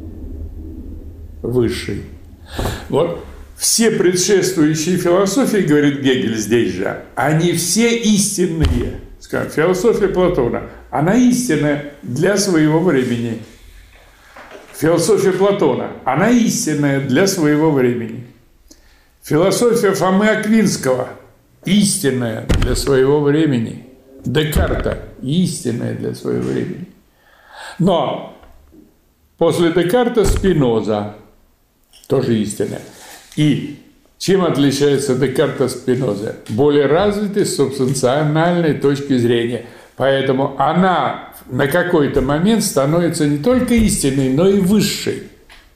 Высшей. Вот все предшествующие философии, говорит Гегель здесь же, они все истинные. Скажем, философия Платона, она истинная для своего времени. Философия Платона, она истинная для своего времени. Философия Фомы Аквинского, истинное для своего времени. Декарта истинное для своего времени. Но после Декарта Спиноза тоже истинное. И чем отличается Декарт от Спиноза? Более развитой с субстанциональной точки зрения. Поэтому она на какой-то момент становится не только истинной, но и высшей.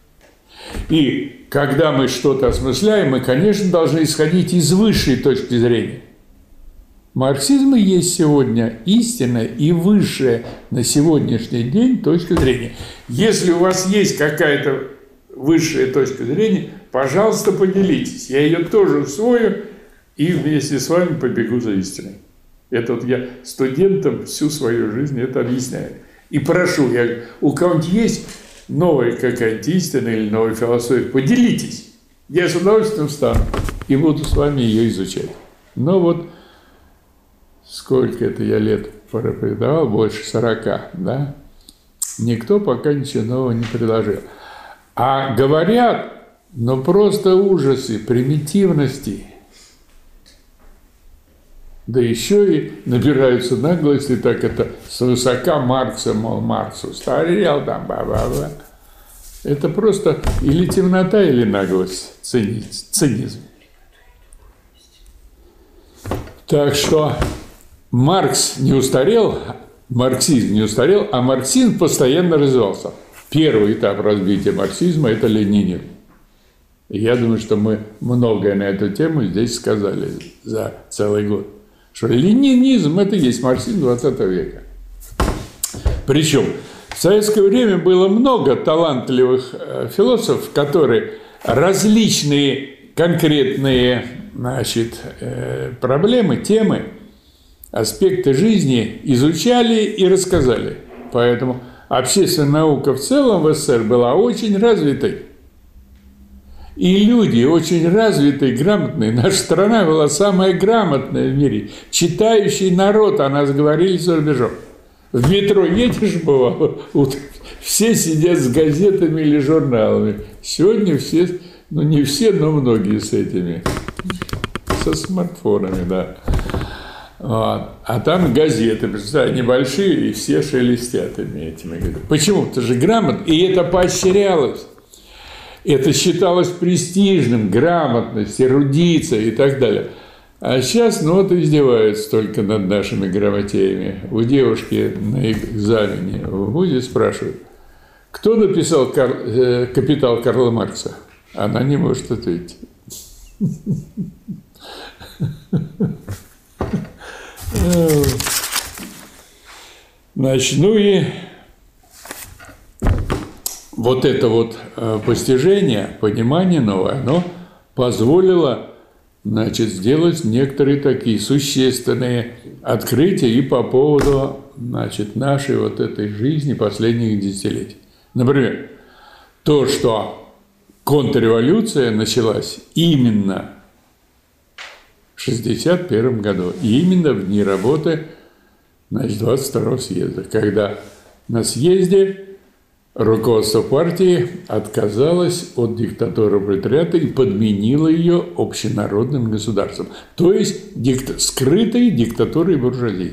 И когда мы что-то осмысляем, мы, конечно, должны исходить из высшей точки зрения. Марксизм и есть сегодня истинная и высшая на сегодняшний день точка зрения. Если у вас есть какая-то высшая точка зрения, пожалуйста, поделитесь. Я ее тоже усвою и вместе с вами побегу за истиной. Это вот я студентам всю свою жизнь это объясняю. И прошу, я, у кого-нибудь есть новая какая-нибудь истина или новая философия, поделитесь. Я с удовольствием встану и буду с вами ее изучать. Но вот сколько это я лет преподавал, больше сорока, да? Никто пока ничего нового не предложил. А говорят, ну просто ужасы, примитивности. Да еще и набираются наглости, так это свысока Маркса, мол, Маркс устарел, там, ба-ба-ба. Это просто или темнота, или наглость, цинизм. Так что Маркс не устарел, марксизм не устарел, а марксизм постоянно развивался. Первый этап развития марксизма – это ленинизм. И я думаю, что мы многое на эту тему здесь сказали за целый год. Что ленинизм – это и есть марксизм двадцатого века. Причем в советское время было много талантливых философов, которые различные конкретные, значит, проблемы, темы, аспекты жизни изучали и рассказали. Поэтому общественная наука в целом в СССР была очень развитой. И люди очень развитые, грамотные. Наша страна была самая грамотная в мире. Читающий народ, о нас говорили за рубежом. В метро едешь, бывало, все сидят с газетами или журналами. Сегодня все, ну не все, но многие с этими, со смартфонами, да. Вот. А там газеты, представляете, небольшие, и все шелестят этими. Почему? Это же грамотно, и это поощрялось. Это считалось престижным, грамотность, эрудиция и так далее. А сейчас, ну вот, издеваются только над нашими грамотеями. У девушки на экзамене в ВУЗе спрашивают, кто написал Кар... э, «Капитал» Карла Маркса? Она не может ответить. Значит, ну и вот это вот постижение, понимание новое, оно позволило, значит, сделать некоторые такие существенные открытия и по поводу, значит, нашей вот этой жизни последних десятилетий. Например, то, что контрреволюция началась именно в шестьдесят первом году, и именно в дни работы, значит, двадцать второго съезда, когда на съезде руководство партии отказалось от диктатуры пролетариата и подменило ее общенародным государством, то есть дикта- скрытой диктатурой буржуазии.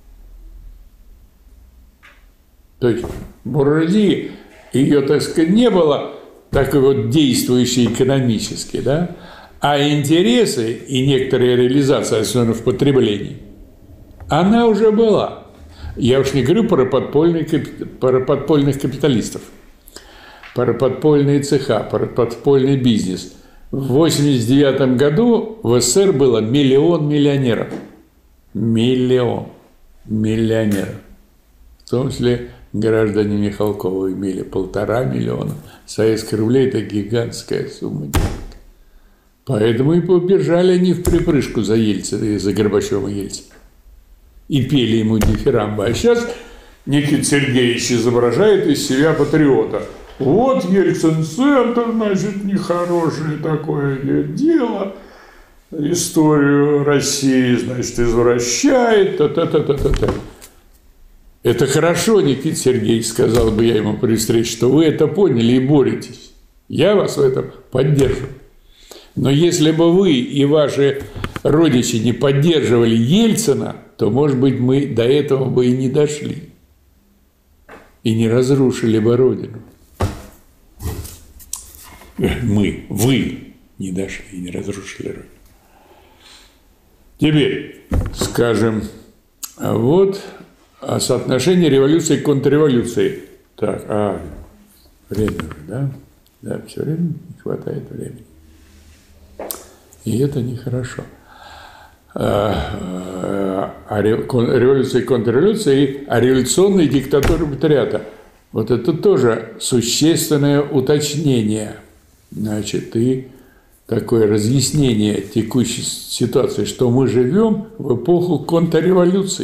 То есть буржуазии, ее, так сказать, не было такой вот действующей экономически, да, а интересы и некоторые реализации, особенно в потреблении, она уже была. Я уж не говорю про, подпольный, про подпольных капиталистов, про подпольные цеха, про подпольный бизнес. В восемьдесят девятом году в СССР было миллион миллионеров. Миллион миллионеров. В том числе граждане Михалкова имели полтора миллиона. Советских рублей – это гигантская сумма денег. Поэтому и побежали они в припрыжку за Ельцина, за Горбачевым и Ельциным. И пели ему дифирамбы. А сейчас Никита Сергеевич изображает из себя патриота. Вот Ельцин-центр, значит, нехорошее такое дело. Историю России, значит, извращает. Та-та-та-та-та. Это хорошо, Никита Сергеевич, сказал бы я ему при встрече, что вы это поняли и боретесь. Я вас в этом поддерживаю. Но если бы вы и ваши родичи не поддерживали Ельцина, то, может быть, мы до этого бы и не дошли. И не разрушили бы Родину. Мы, вы не дошли и не разрушили Родину. Теперь скажем, вот о соотношении революции и контрреволюции. Так, а, время уже, да? Да, все время не хватает времени. И это нехорошо. О революции и контрреволюции и о революционной диктатуре пролетариата. Вот это тоже существенное уточнение. Значит, и такое разъяснение текущей ситуации, что мы живем в эпоху контрреволюции.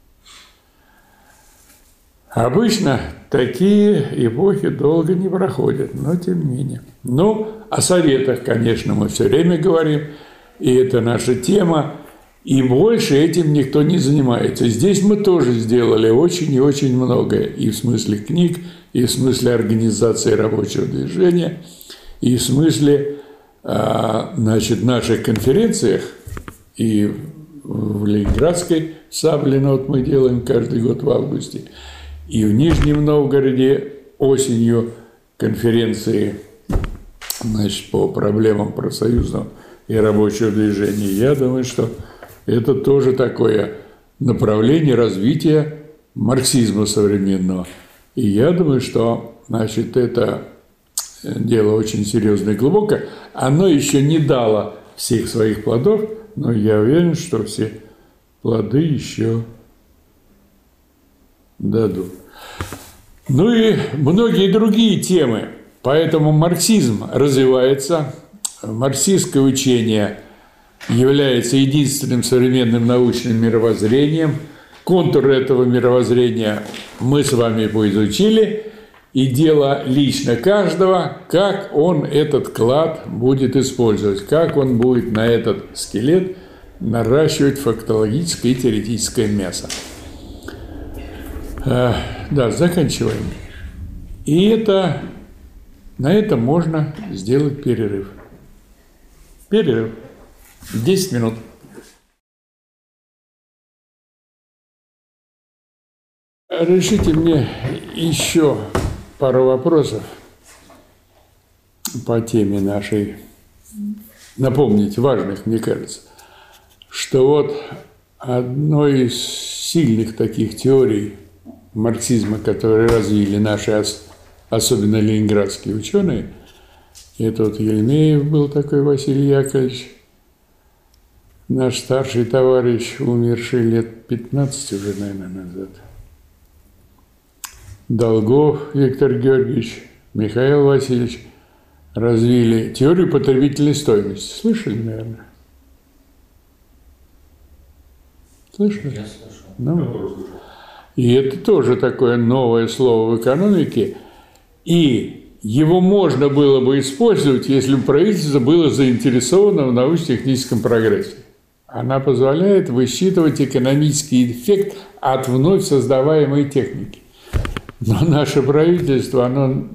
Обычно такие эпохи долго не проходят, но тем не менее. Ну, о советах, конечно, мы все время говорим, и это наша тема, и больше этим никто не занимается. Здесь мы тоже сделали очень и очень многое, и в смысле книг, и в смысле организации рабочего движения, и в смысле, значит, наших конференциях, и в Ленинградской Саблино вот мы делаем каждый год в августе, и в Нижнем Новгороде осенью конференции, значит, по проблемам профсоюзного и рабочего движения. Я думаю, что это тоже такое направление развития марксизма современного. И я думаю, что, значит, это дело очень серьезное и глубокое. Оно еще не дало всех своих плодов, но я уверен, что все плоды еще дадут. Ну и многие другие темы. Поэтому марксизм развивается, марксистское учение является единственным современным научным мировоззрением. Контур этого мировоззрения мы с вами поизучили, и дело лично каждого, как он этот клад будет использовать, как он будет на этот скелет наращивать фактологическое и теоретическое мясо. Да, заканчиваем. И это, на этом можно сделать перерыв. Перерыв. десять минут. Решите мне еще пару вопросов по теме нашей. Напомните, важных, мне кажется, что вот одной из сильных таких теорий марксизма, которые развили наши, особенно ленинградские ученые, это вот Ельмеев был такой, Василий Яковлевич, наш старший товарищ, умерший лет пятнадцать уже, наверное, назад. Долгов Виктор Георгиевич, Михаил Васильевич развили теорию потребительной стоимости. Слышали, наверное? Слышали? Я слышал. Ну, и это тоже такое новое слово в экономике. И его можно было бы использовать, если бы правительство было заинтересовано в научно-техническом прогрессе. Она позволяет высчитывать экономический эффект от вновь создаваемой техники. Но наше правительство, оно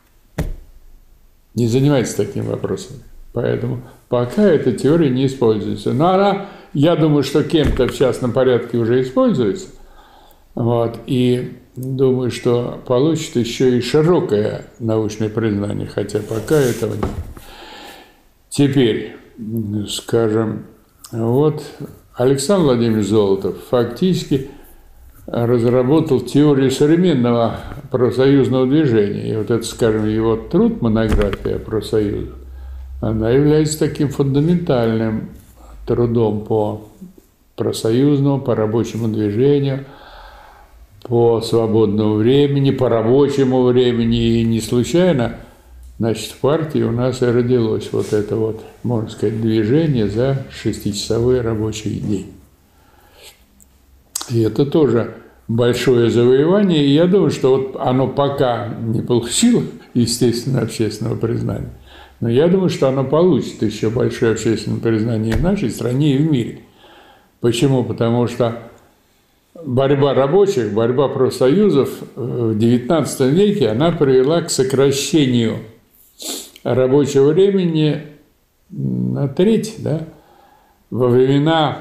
не занимается таким вопросом. Поэтому пока эта теория не используется. Но она, я думаю, что кем-то в частном порядке уже используется. Вот, и думаю, что получит еще и широкое научное признание, хотя пока этого нет. Теперь, скажем, вот Александр Владимирович Золотов фактически разработал теорию современного профсоюзного движения. И вот это, скажем, его труд, монография профсоюзов, она является таким фундаментальным трудом по профсоюзному, по рабочему движению, по свободному времени, по рабочему времени. И не случайно, значит, в партии у нас и родилось вот это вот, можно сказать, движение за шестичасовой рабочий день. И это тоже большое завоевание. И я думаю, что вот оно пока не получило, естественно, общественного признания, но я думаю, что оно получит еще большое общественное признание и в нашей стране, и в мире. Почему? Потому что борьба рабочих, борьба профсоюзов в девятнадцатом веке, она привела к сокращению рабочего времени на треть, да? во времена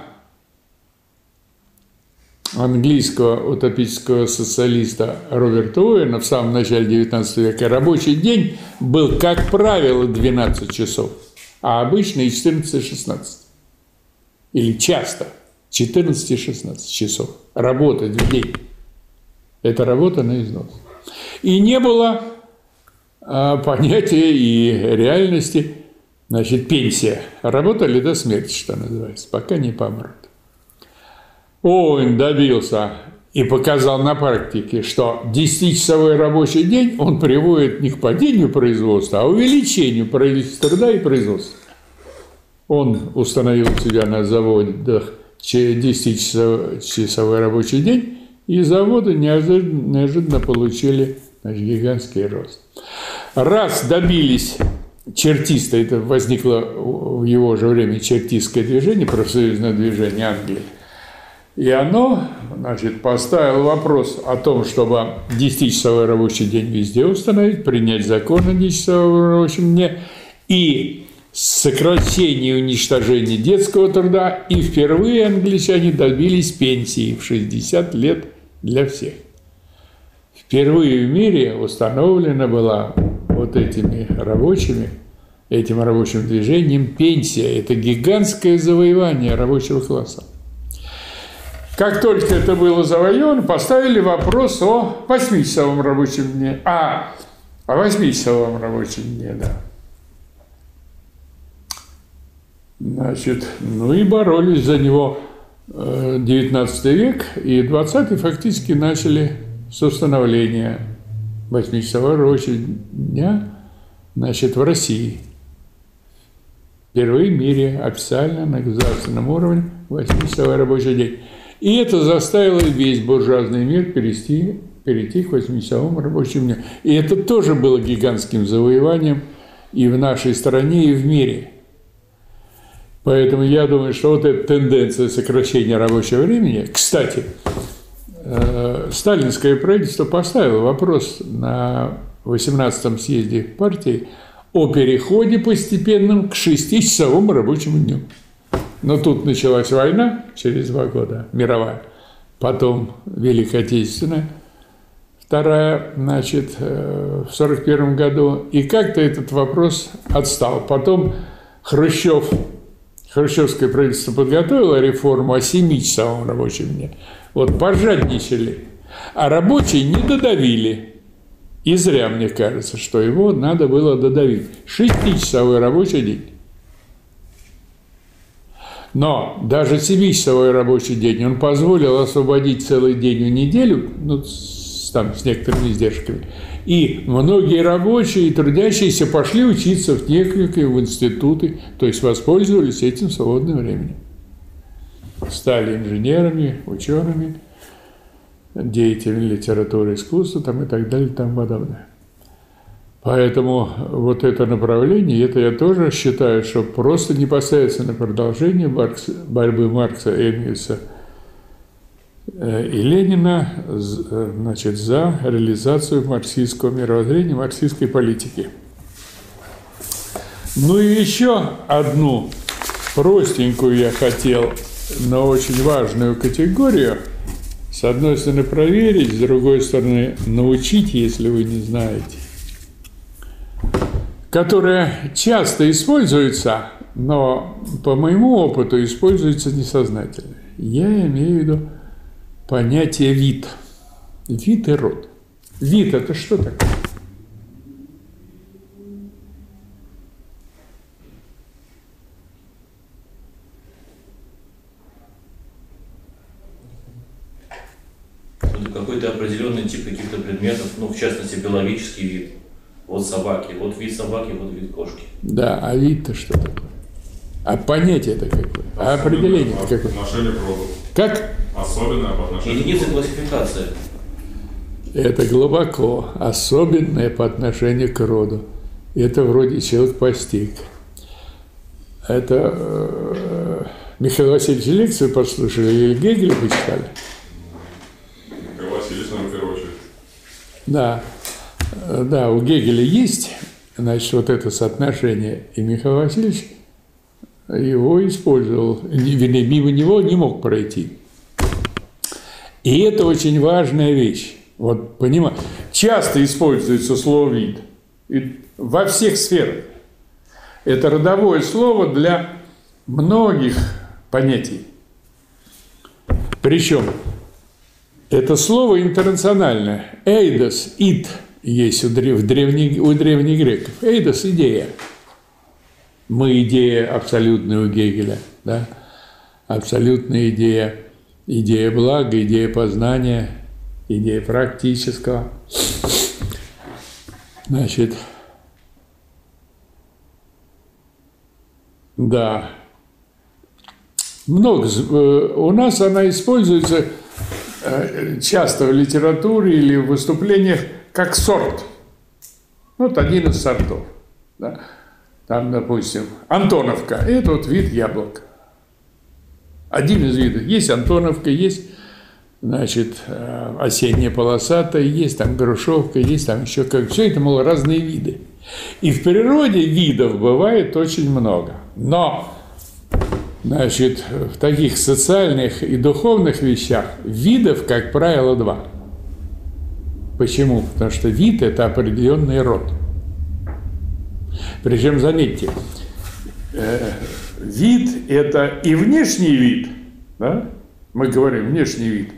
английского утопического социалиста Роберта Оуэна в самом начале девятнадцатого века рабочий день был, как правило, двенадцать часов, а обычно и четырнадцать-шестнадцать. Или часто четырнадцать-шестнадцать часов работать в день. Это работа на износ. И не было а, понятия и реальности, значит, пенсия. Работали до смерти, что называется, пока не помрут. Оуэн добился и показал на практике, что десятичасовой рабочий день он приводит не к падению производства, а увеличению производства труда и производства. Он установил у себя на заводе десятичасовой рабочий день, и заводы неожиданно, неожиданно получили, значит, гигантский рост. Раз добились чертисты, это возникло в его же время чертистское движение, профсоюзное движение Англии, и оно, значит, поставило вопрос о том, чтобы десятичасовой рабочий день везде установить, принять закон о десятичасовом рабочем дне и сокращение и уничтожение детского труда. И впервые англичане добились пенсии в шестьдесят лет для всех. Впервые в мире установлена была вот этими рабочими, этим рабочим движением пенсия. Это гигантское завоевание рабочего класса. Как только это было завоевано, поставили вопрос о восьмичасовом рабочем дне. А, о восьмичасовом рабочем дне, да. Значит, ну и боролись за него девятнадцатый век, и двадцатый фактически начали с установления восьмичасового рабочего дня, значит, в России. Впервые в мире официально на государственном уровне восьмичасовой рабочий день. И это заставило весь буржуазный мир перейти, перейти к восьмичасовому рабочему дню. И это тоже было гигантским завоеванием и в нашей стране, и в мире. Поэтому я думаю, что вот эта тенденция сокращения рабочего времени… Кстати, сталинское правительство поставило вопрос на восемнадцатом съезде партии о переходе постепенном к шестичасовому рабочему дню. Но тут началась война через два года, мировая, потом Великая Отечественная, вторая, значит, в сорок первом году, и как-то этот вопрос отстал. Потом Хрущев, хрущевское правительство подготовило реформу о семичасовом рабочем дне. Вот пожадничали, а рабочие не додавили. И зря, мне кажется, что его надо было додавить. Шестичасовой рабочий день. Но даже семичасовой рабочий день он позволил освободить целый день в неделю, ну, с, там, с некоторыми издержками. И многие рабочие и трудящиеся пошли учиться в технику, в институты, то есть воспользовались этим свободным временем. Стали инженерами, учеными, деятелями литературы, искусства там, и так далее и тому подобное. Поэтому вот это направление, это я тоже считаю, что просто непосредственно продолжение Маркса, борьбы Маркса, Энгельса и Ленина, значит, за реализацию марксистского мировоззрения, марксистской политики. Ну и еще одну простенькую я хотел, но очень важную категорию, с одной стороны проверить, с другой стороны научить, если вы не знаете, которая часто используется, но по моему опыту используется несознательно. Я имею в виду понятие вид. Вид и род. Вид – это что такое? Это какой-то определенный тип каких-то предметов, ну, в частности, биологический вид. Вот собаки, вот вид собаки, вот вид кошки. Да, а вид-то что такое? А понятие-то какое? А определение-то какое? Отношение к роду. Как? Особенное по отношению к роду. Единица классификации. Это глубоко. Особенное по отношению к роду. Это вроде человек постиг. Это э, Михаил Васильевич лекцию послушали или Гегеля почитали? Михаил Васильевич, наверное, в первую очередь. Да. Да, у Гегеля есть, значит, вот это соотношение. И Михаил Васильевич его использовал, вернее, мимо него не мог пройти. И это очень важная вещь. Вот, понимаете, часто используется слово «вид» и во всех сферах. Это родовое слово для многих понятий. Причем это слово интернациональное. «Эйдос», «ид» есть у, древ, в древних, у древних греков. «Эйдос» – идея. Мы идея абсолютная у Гегеля. Да? Абсолютная идея. Идея блага, идея познания, идея практического. Значит, да. Много. У нас она используется часто в литературе или в выступлениях как сорт. Вот один из сортов. Да. Там, допустим, Антоновка. Это вот вид яблок. Один из видов. Есть Антоновка, есть, значит, осенняя полосатая, есть там грушевка, есть там еще как. Все это, мол, разные виды. И в природе видов бывает очень много. Но, значит, в таких социальных и духовных вещах видов, как правило, два. Почему? Потому что вид – это определенный род. Причем, заметьте, вид – это и внешний вид, да? Мы говорим внешний вид.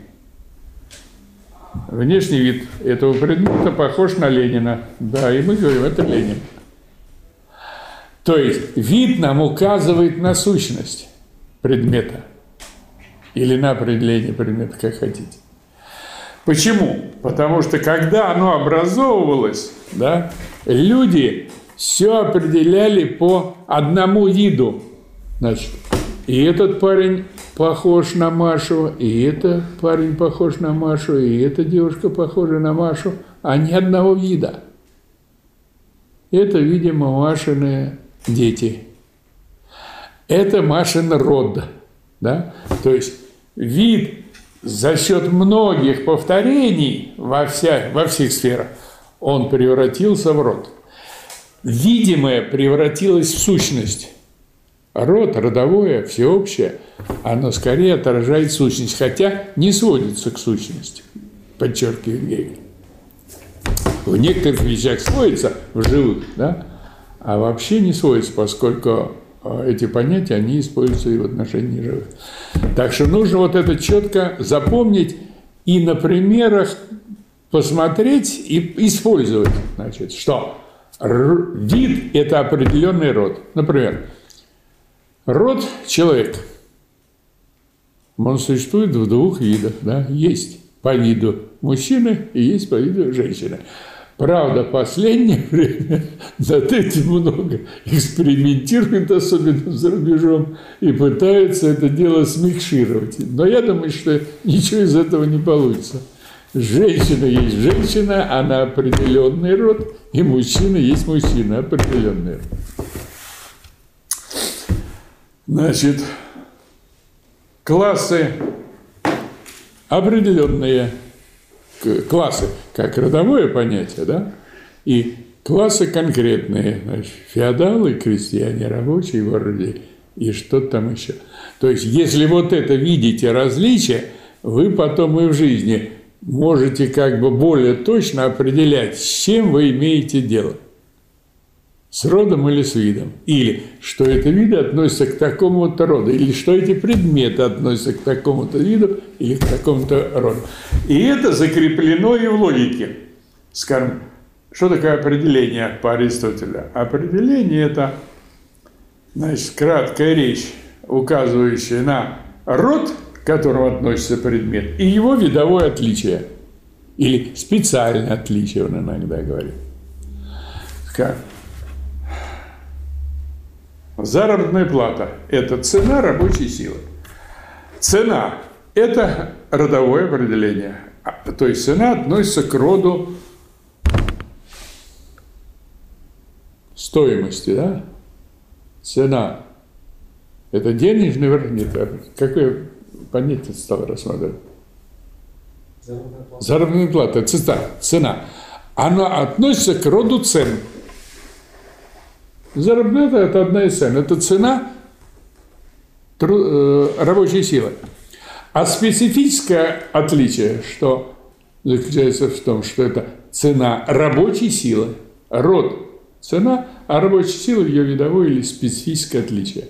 Внешний вид этого предмета похож на Ленина, да, и мы говорим, это Ленин. То есть вид нам указывает на сущность предмета или на определение предмета, как хотите. Почему? Потому что когда оно образовывалось, да, люди все определяли по одному виду. Значит, и этот парень похож на Машу, и этот парень похож на Машу, и эта девушка похожа на Машу, а ни одного вида. Это, видимо, Машины дети. Это Машин род. Да? То есть вид за счет многих повторений во, вся, во всех сферах, он превратился в род. Видимое превратилось в сущность. Род, родовое, всеобщее, оно скорее отражает сущность, хотя не сводится к сущности, подчеркивает Гегель. В некоторых вещах сводится, в живых, да, а вообще не сводится, поскольку эти понятия, они используются и в отношении живых. Так что нужно вот это четко запомнить и на примерах посмотреть и использовать. Значит, что вид – это определенный род. Например, род человек. Он существует в двух видах. Да? Есть по виду мужчины и есть по виду женщины. Правда, в последнее время над этим много экспериментируют, особенно за рубежом, и пытаются это дело смикшировать. Но я думаю, что ничего из этого не получится. Женщина есть женщина, она определенный род, и мужчина есть мужчина, определенный род. Значит, классы определенные. Классы как родовое понятие, да, и классы конкретные, значит, феодалы, крестьяне, рабочие, вожди и что-то там еще. То есть, если вот это видите различия, вы потом и в жизни можете как бы более точно определять, с чем вы имеете дело. С родом или с видом. Или что это виды относятся к такому-то роду. Или что эти предметы относятся к такому-то виду или к такому-то роду. И это закреплено и в логике. Скажем, что такое определение по Аристотелю? Определение – это, значит, краткая речь, указывающая на род, к которому относится предмет, и его видовое отличие. Или специальное отличие, он иногда говорит. Как? Заработная плата – это цена рабочей силы. Цена – это родовое определение. То есть цена относится к роду стоимости, да? Цена – это денежный верх. Какое понятие стало рассматривать? Заработная плата. Заработная плата – цена. Цена. Она относится к роду цен. Заработная плата – это одна из цен. Это цена тру, э, рабочей силы. А специфическое отличие, что заключается в том, что это цена рабочей силы, род цена, а рабочая сила ее видовое или специфическое отличие.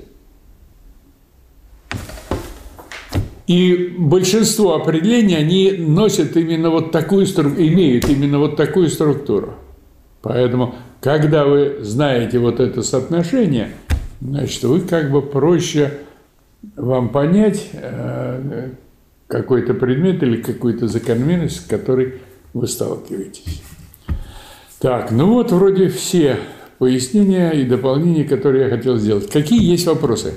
И большинство определений, они носят именно вот такую структуру, имеют именно вот такую структуру. Поэтому, когда вы знаете вот это соотношение, значит, вы как бы проще вам понять э, какой-то предмет или какую-то закономерность, с которой вы сталкиваетесь. Так, ну вот вроде все пояснения и дополнения, которые я хотел сделать. Какие есть вопросы?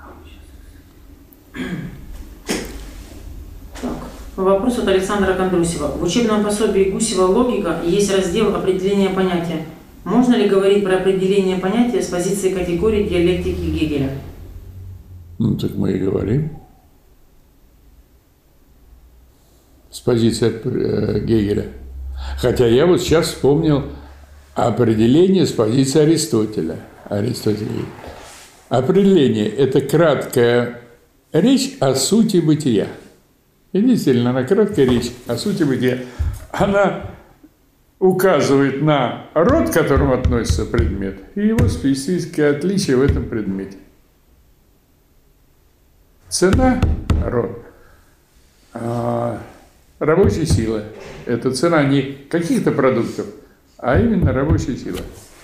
Вопрос от Александра Кондрусева. В учебном пособии Гусева «Логика» есть раздел «Определение понятия». Можно ли говорить про определение понятия с позиции категории диалектики Гегеля? Ну, так мы и говорим. С позиции Гегеля. Хотя я вот сейчас вспомнил определение с позиции Аристотеля. Аристотеля. Определение – это краткая речь о сути бытия. И действительно, она краткая речь о сути бытия. Она указывает на род, к которому относится предмет, и его специфические отличия в этом предмете. Цена – род. А рабочая сила – это цена не каких-то продуктов, а именно рабочая сила.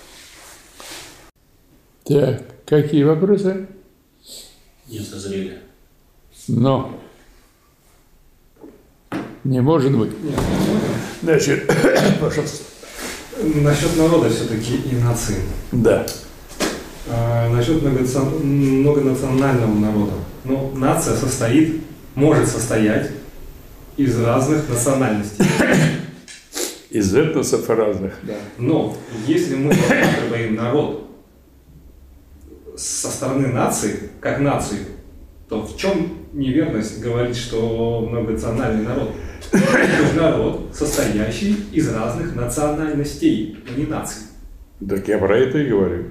Так, какие вопросы? Не созрели. Но. Не может быть. Нет. Значит, пожалуйста. Насчет народа все-таки и нации. Да. А, насчет многонационального народа. Ну, нация состоит, может состоять из разных национальностей. Из этносов разных. Да. Но если мы рассматриваем народ со стороны нации, как нацию, то в чем неверность говорить, что многонациональный народ? Это народ, состоящий из разных национальностей, а не наций. Так я про это и говорю.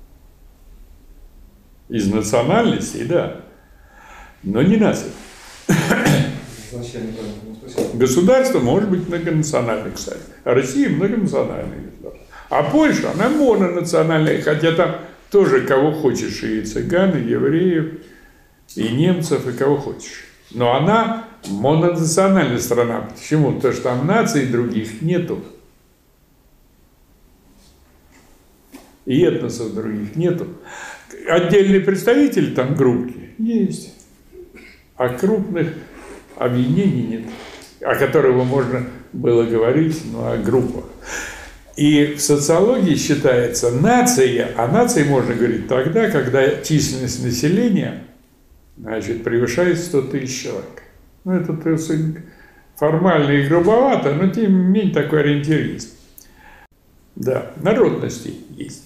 Из национальностей, да, но не наций. Значит, я неправильно спросил. Государство может быть многонациональным, кстати. А Россия многонациональное государство. А Польша, она мононациональная, хотя там тоже кого хочешь, и цыган, и евреев, и немцев, и кого хочешь. Но она мононациональная страна. Почему? Потому что там наций других нету. И этносов других нету. Отдельные представители там группки есть. А крупных объединений нет. О которых можно было говорить, ну, о группах. И в социологии считается нация, о нации можно говорить тогда, когда численность населения, значит, превышает сто тысяч человек. Ну, это формально и грубовато, но тем не менее такой ориентир есть. Да, народности есть.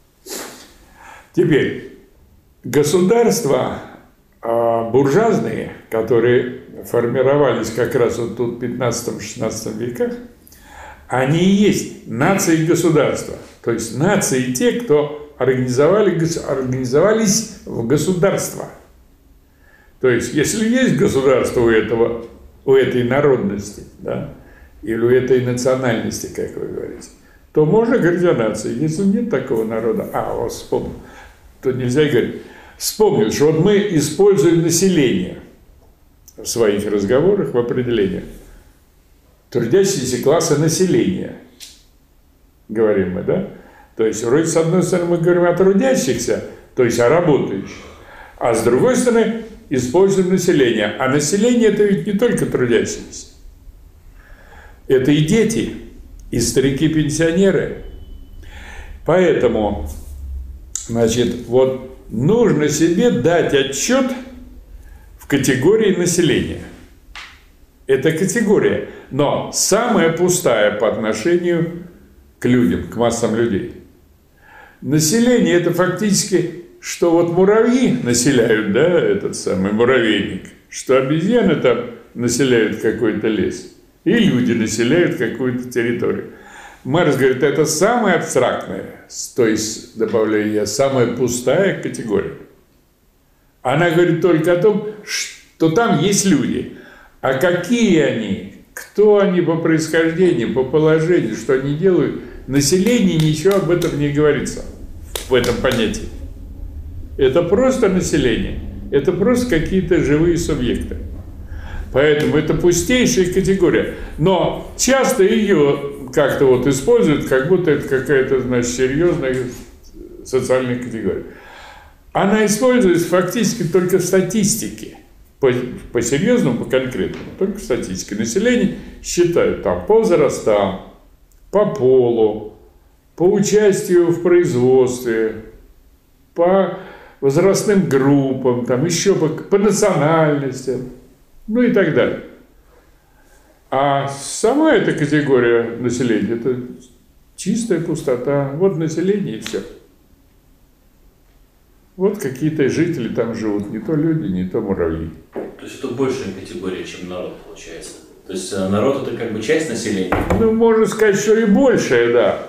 Теперь, государства э, буржуазные, которые формировались как раз вот тут в пятнадцатом-шестнадцатом веках, они и есть нации государства. То есть нации те, кто организовали, организовались в государство. То есть, если есть государство у, этого, у этой народности, да, или у этой национальности, как вы говорите, то можно говорить о нации. Если нет такого народа, а, вот вспомнил, то нельзя говорить. Вспомнил, что вот мы используем население в своих разговорах в определениях. Трудящиеся классы населения, говорим мы, да? То есть, вроде, с одной стороны, мы говорим о трудящихся, то есть о работающих, а с другой стороны, используем население. А население – это ведь не только трудящиеся. Это и дети, и старики-пенсионеры. Поэтому, значит, вот нужно себе дать отчет в категории населения. Это категория, но самая пустая по отношению к людям, к массам людей. Население – это фактически, что вот муравьи населяют, да, этот самый муравейник, что обезьяны там населяют какой-то лес, и люди населяют какую-то территорию. Маркс говорит, это самая абстрактная, то есть, добавляю я, самая пустая категория. Она говорит только о том, что там есть люди. А какие они, кто они по происхождению, по положению, что они делают, население ничего об этом не говорится в этом понятии. Это просто население, это просто какие-то живые субъекты. Поэтому это пустейшая категория. Но часто ее как-то вот используют, как будто это какая-то, значит, серьезная социальная категория. Она используется фактически только в статистике. По, по серьезному, по конкретному, только в статистике. Население считают там по возрастам, по полу, по участию в производстве, по возрастным группам, там еще по, по национальностям, ну и так далее. А сама эта категория населения – это чистая пустота. Вот население и все. Вот какие-то жители там живут, не то люди, не то муравьи. То есть это большая категория, чем народ, получается. То есть народ – это как бы часть населения? Ну, можно сказать, что и большая, да.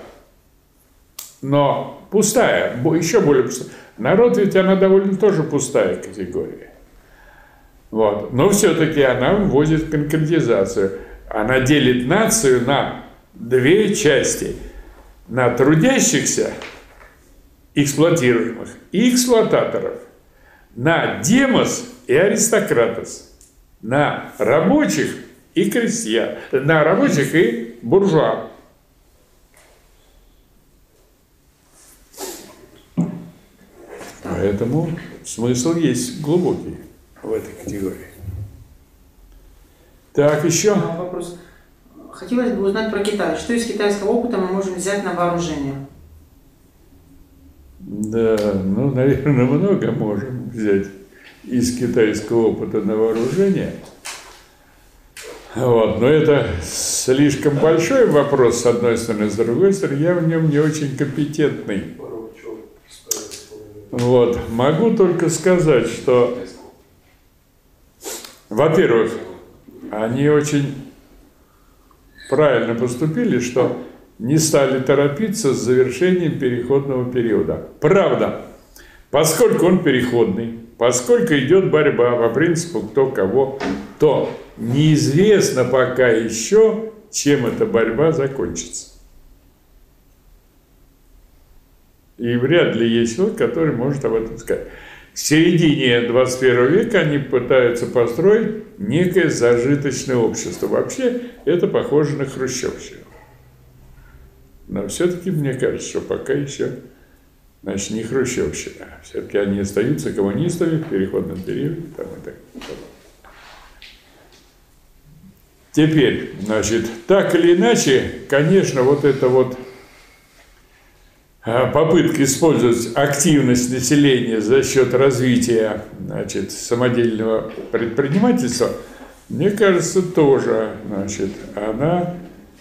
Но пустая, еще более пустая. Народ ведь она довольно тоже пустая категория. Вот. Но все-таки она вводит конкретизацию. Она делит нацию на две части. На трудящихся, эксплуатируемых, и эксплуататоров. На демос и аристократос. На рабочих и крестьян. На рабочих и буржуа. Поэтому смысл есть глубокий в этой категории. Так, еще. Вопрос. Хотелось бы узнать про Китай. Что из китайского опыта мы можем взять на вооружение? Да, ну, наверное, много можем взять из китайского опыта на вооружение. Вот, но это слишком большой вопрос, с одной стороны. С другой стороны, я в нем не очень компетентный. Вот, могу только сказать, что, во-первых, они очень правильно поступили, что не стали торопиться с завершением переходного периода. Правда, поскольку он переходный, поскольку идет борьба по принципу кто кого, то неизвестно пока еще, чем эта борьба закончится. И вряд ли есть человек, который может об этом сказать. К середине двадцать первого века они пытаются построить некое зажиточное общество. Вообще это похоже на хрущевщину. Но все-таки мне кажется, что пока еще, значит, не хрущевщина. Все-таки они остаются коммунистами в переходном периоде. Там и так. Теперь, значит, так или иначе, конечно, вот это вот попытка использовать активность населения за счет развития, значит, самодельного предпринимательства, мне кажется, тоже, значит, она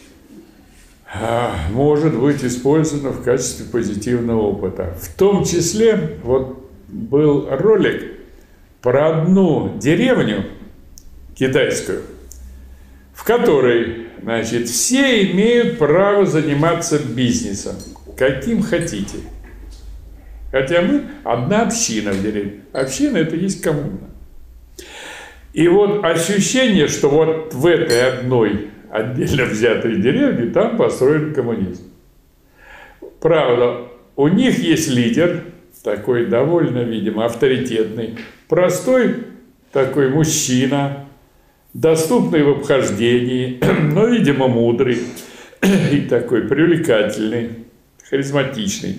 может быть использована в качестве позитивного опыта. В том числе, вот был ролик про одну деревню китайскую, в которой, значит, все имеют право заниматься бизнесом, каким хотите. Хотя мы одна община в деревне. Община – это есть коммуна. И вот ощущение, что вот в этой одной отдельно взятой деревне там построен коммунизм. Правда, у них есть лидер, такой довольно, видимо, авторитетный, простой такой мужчина, доступный в обхождении, но, видимо, мудрый и такой привлекательный, харизматичный.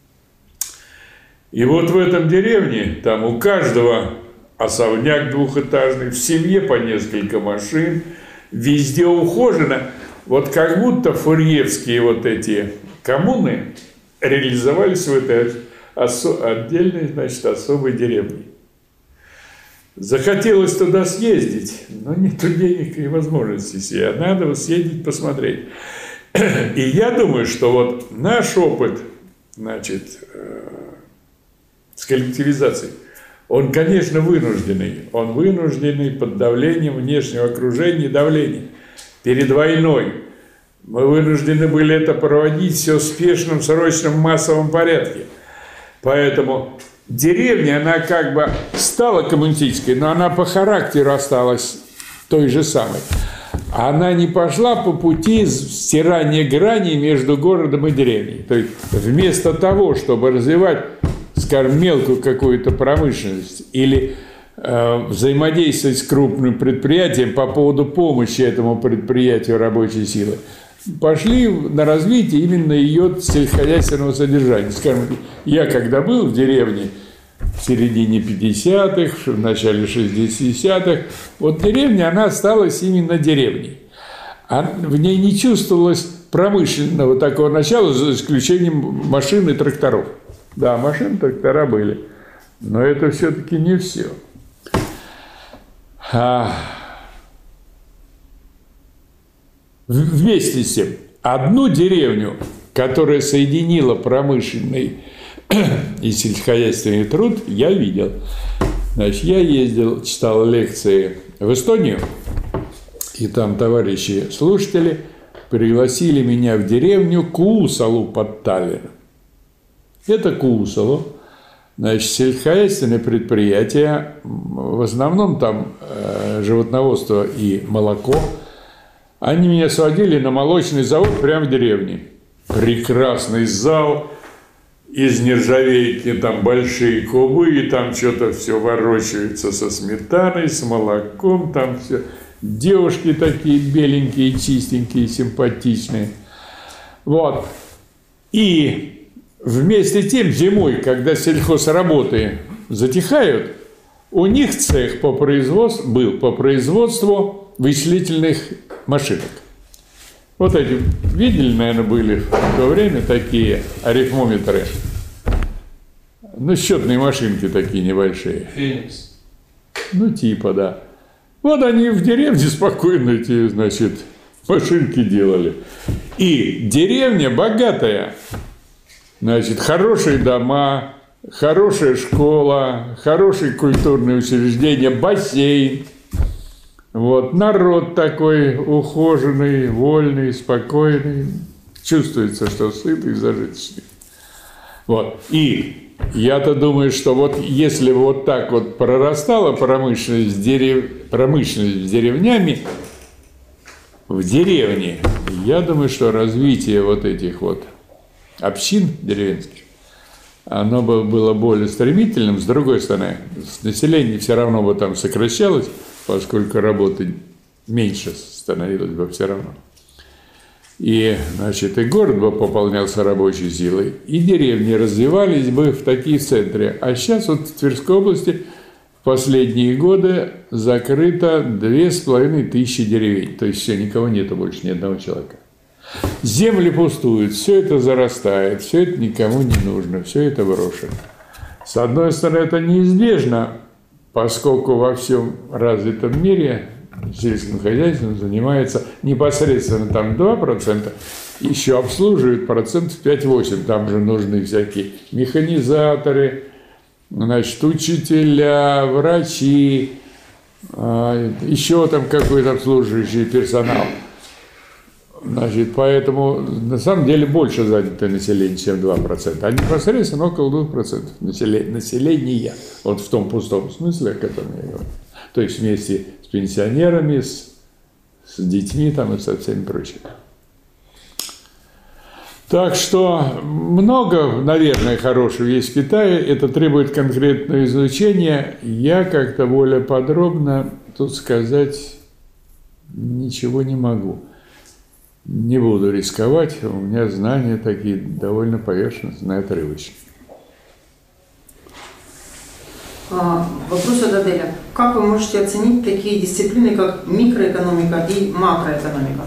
И вот в этом деревне, там у каждого особняк двухэтажный, в семье по несколько машин, везде ухожено. Вот как будто фурьевские вот эти коммуны реализовались в этой отдельной, значит, особой деревне. Захотелось туда съездить, но нету денег и возможности себе. Надо вот съездить посмотреть. И я думаю, что вот наш опыт, значит, с коллективизацией, он, конечно, вынужденный. Он вынужденный под давлением внешнего окружения и давления. Перед войной мы вынуждены были это проводить все в спешном, срочном, массовом порядке. Поэтому деревня, она как бы стала коммунистической, но она по характеру осталась той же самой. Она не пошла по пути стирания граней между городом и деревней. То есть вместо того, чтобы развивать, скажем, мелкую какую-то промышленность или э, взаимодействовать с крупным предприятием по поводу помощи этому предприятию рабочей силы, пошли на развитие именно ее сельскохозяйственного содержания. Скажем, я когда был в деревне в середине пятидесятых, в начале шестидесятых, вот деревня, она осталась именно деревней. А в ней не чувствовалось промышленного такого начала, за исключением машин и тракторов. Да, машины, трактора были, но это все-таки не все. А... Вместе с тем, одну деревню, которая соединила промышленный и сельскохозяйственный труд, я видел. Значит, я ездил, читал лекции в Эстонию, и там товарищи слушатели пригласили меня в деревню Куусалу под Таллином. Это Куусалу, значит, сельскохозяйственное предприятие, в основном там э, животноводство и молоко. Они меня сводили на молочный завод прямо в деревне. Прекрасный зал, из нержавейки там большие кубы, и там что-то все ворочается со сметаной, с молоком, там все. Девушки такие беленькие, чистенькие, симпатичные. Вот. И вместе с тем зимой, когда сельхозработы затихают, у них цех по производству, был по производству вычислительных машинок. Вот эти, видели, наверное, были в то время такие арифмометры. Ну, счетные машинки такие небольшие. Феникс. Ну, типа, да. Вот они в деревне спокойно эти, значит, машинки делали. И деревня богатая. Значит, хорошие дома, хорошая школа, хорошие культурные учреждения, бассейн. Вот, народ такой ухоженный, вольный, спокойный. Чувствуется, что сытый, зажиточный. Вот. И я-то думаю, что вот если вот так вот прорастала промышленность с, дерев... промышленность с деревнями, в деревне, я думаю, что развитие вот этих вот общин деревенских, оно бы было более стремительным. С другой стороны, население все равно бы там сокращалось, поскольку работы меньше становилось бы все равно. И, значит, и город бы пополнялся рабочей силой, и деревни развивались бы в такие центры. А сейчас вот в Тверской области в последние годы закрыто две с половиной тысячи деревень. То есть все, никого нету больше, ни одного человека. Земли пустуют, все это зарастает, все это никому не нужно, все это брошено. С одной стороны, это неизбежно, поскольку во всем развитом мире сельским хозяйством занимается непосредственно там два процента, еще обслуживают процентов пять-восемь. Там же нужны всякие механизаторы, значит, учителя, врачи, еще там какой-то обслуживающий персонал. Значит, поэтому на самом деле больше занято население, чем два процента, а непосредственно около двух процентов населения, населения, вот в том пустом смысле, о котором я говорю. То есть вместе с пенсионерами, с, с детьми там, и со всеми прочими. Так что много, наверное, хорошего есть в Китае. Это требует конкретного изучения. Я как-то более подробно тут сказать ничего не могу. Не буду рисковать, у меня знания такие довольно поверхностные, отрывочные. Вопрос от Аделя. Как вы можете оценить такие дисциплины, как микроэкономика и макроэкономика?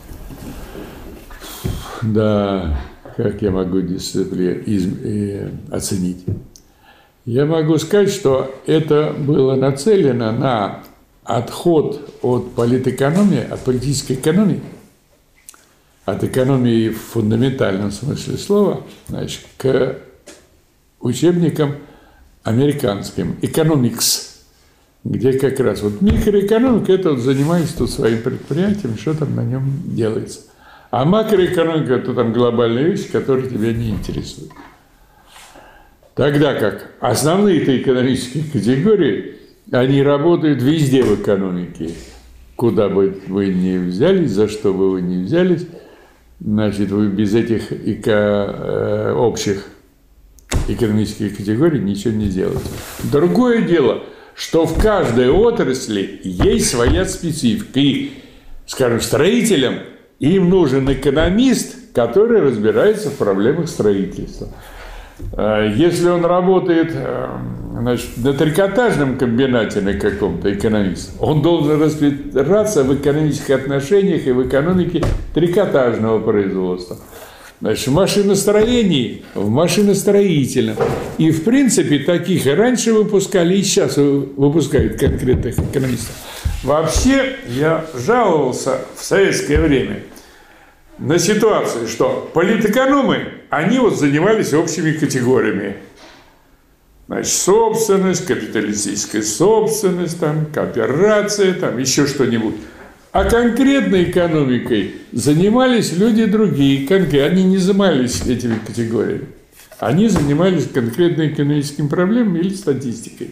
Да, как я могу дисциплину э, оценить? Я могу сказать, что это было нацелено на отход от политэкономии, от политической экономии, от экономии в фундаментальном смысле слова, значит, к учебникам американским, экономикс, где как раз вот микроэкономика, это вот занимается тут своим предприятием, что там на нем делается. А макроэкономика – это там глобальные вещи, которые тебя не интересуют. Тогда как основные-то экономические категории, они работают везде в экономике. Куда бы вы ни взялись, за что бы вы ни взялись, значит, вы без этих эко, э, общих экономических категорий ничего не делаете. Другое дело, что в каждой отрасли есть своя специфика. И, скажем, строителям им нужен экономист, который разбирается в проблемах строительства. Если он работает, значит, на трикотажном комбинате на каком-то экономист, он должен разбираться в экономических отношениях и в экономике трикотажного производства. Значит, в машиностроении, в машиностроительном. И, в принципе, таких и раньше выпускали, и сейчас выпускают конкретных экономистов. Вообще, я жаловался в советское время на ситуацию, что политэкономы, они вот занимались общими категориями. Значит, собственность, капиталистическая собственность, там, кооперация, там, еще что-нибудь. А конкретной экономикой занимались люди другие. Они не занимались этими категориями. Они занимались конкретно экономическими проблемами или статистикой.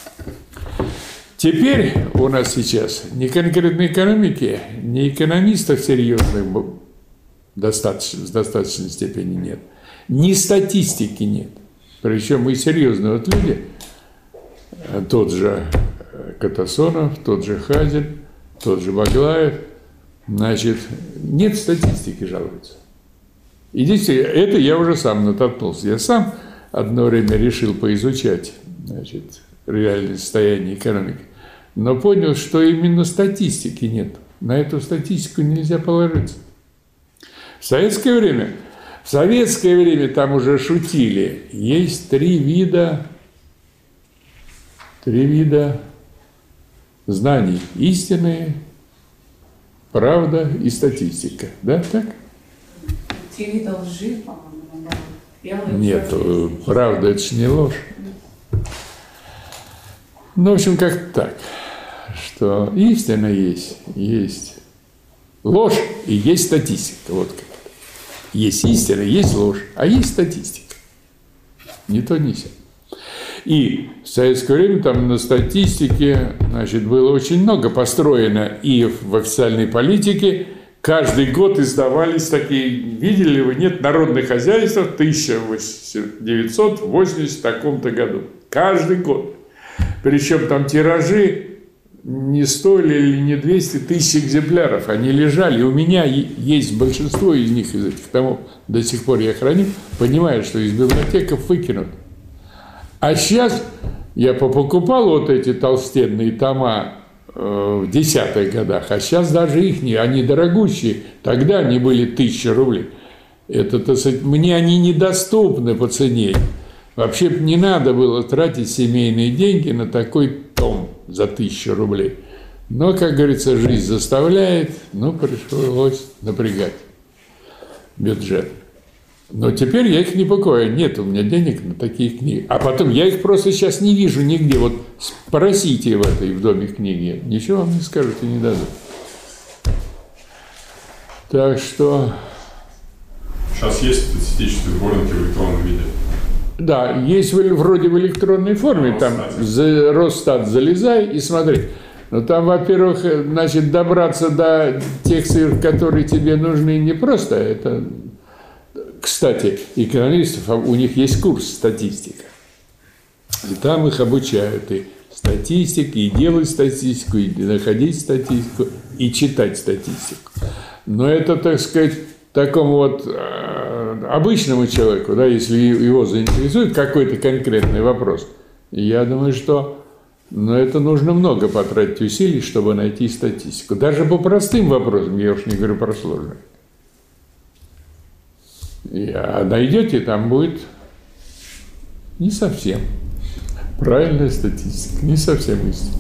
Теперь у нас сейчас ни конкретной экономики, ни экономистов серьезных достаточно, в достаточной степени нет, ни статистики нет. Причем и серьезные вот люди, тот же Катасонов, тот же Хазин, тот же Баглаев, значит, нет статистики, жалуются. И действительно, это я уже сам натолкнулся. Я сам одно время решил поизучать, значит, реальное состояние экономики, но понял, что именно статистики нет. На эту статистику нельзя положиться. В советское время, в советское время там уже шутили, есть три вида, три вида знаний: истинные, правда и статистика. Да, так? Три вида лжи, по-моему, да. Нет, правда – это же не ложь. Ну, в общем, как так, что истина есть, есть ложь и есть статистика. Вот как. Есть истина, есть ложь, а есть статистика. Не то, не сё. И в советское время там на статистике, значит, было очень много построено, и в официальной политике каждый год издавались такие, видели ли вы, нет, народное хозяйство в тысяча девятьсот восемьдесят таком-то году. Каждый год. Причем там тиражи не стоили или не двести тысяч экземпляров, они лежали. У меня есть большинство из них, из этих томов, до сих пор я храню, понимаю, что из библиотеков выкинут. А сейчас я попокупал вот эти толстенные тома э, в десятых годах, а сейчас даже их не, они дорогущие, тогда они были тысяча рублей. Это, так сказать, мне они недоступны по цене. Вообще не надо было тратить семейные деньги на такой том за тысячу рублей. Но, как говорится, жизнь заставляет, ну, пришлось напрягать бюджет. Но теперь я их не покупаю. Нет у меня денег на такие книги. А потом я их просто сейчас не вижу нигде. Вот спросите в этой в доме книги. Ничего вам не скажут и не дадут. Так что... Сейчас есть статистические сборники в электронном виде. Да, есть вроде в электронной форме, там за, Росстат залезай и смотри. Но там, во-первых, значит, добраться до тех цифр, которые тебе нужны, не просто. Это, кстати, экономистов, у них есть курс статистика. И там их обучают и статистике, и делать статистику, и находить статистику, и читать статистику. Но это, так сказать, такому вот э, обычному человеку, да, если его заинтересует какой-то конкретный вопрос, я думаю, что ну, это нужно много потратить усилий, чтобы найти статистику. Даже по простым вопросам, я уж не говорю про сложные. А найдете, там будет не совсем правильная статистика, не совсем истина.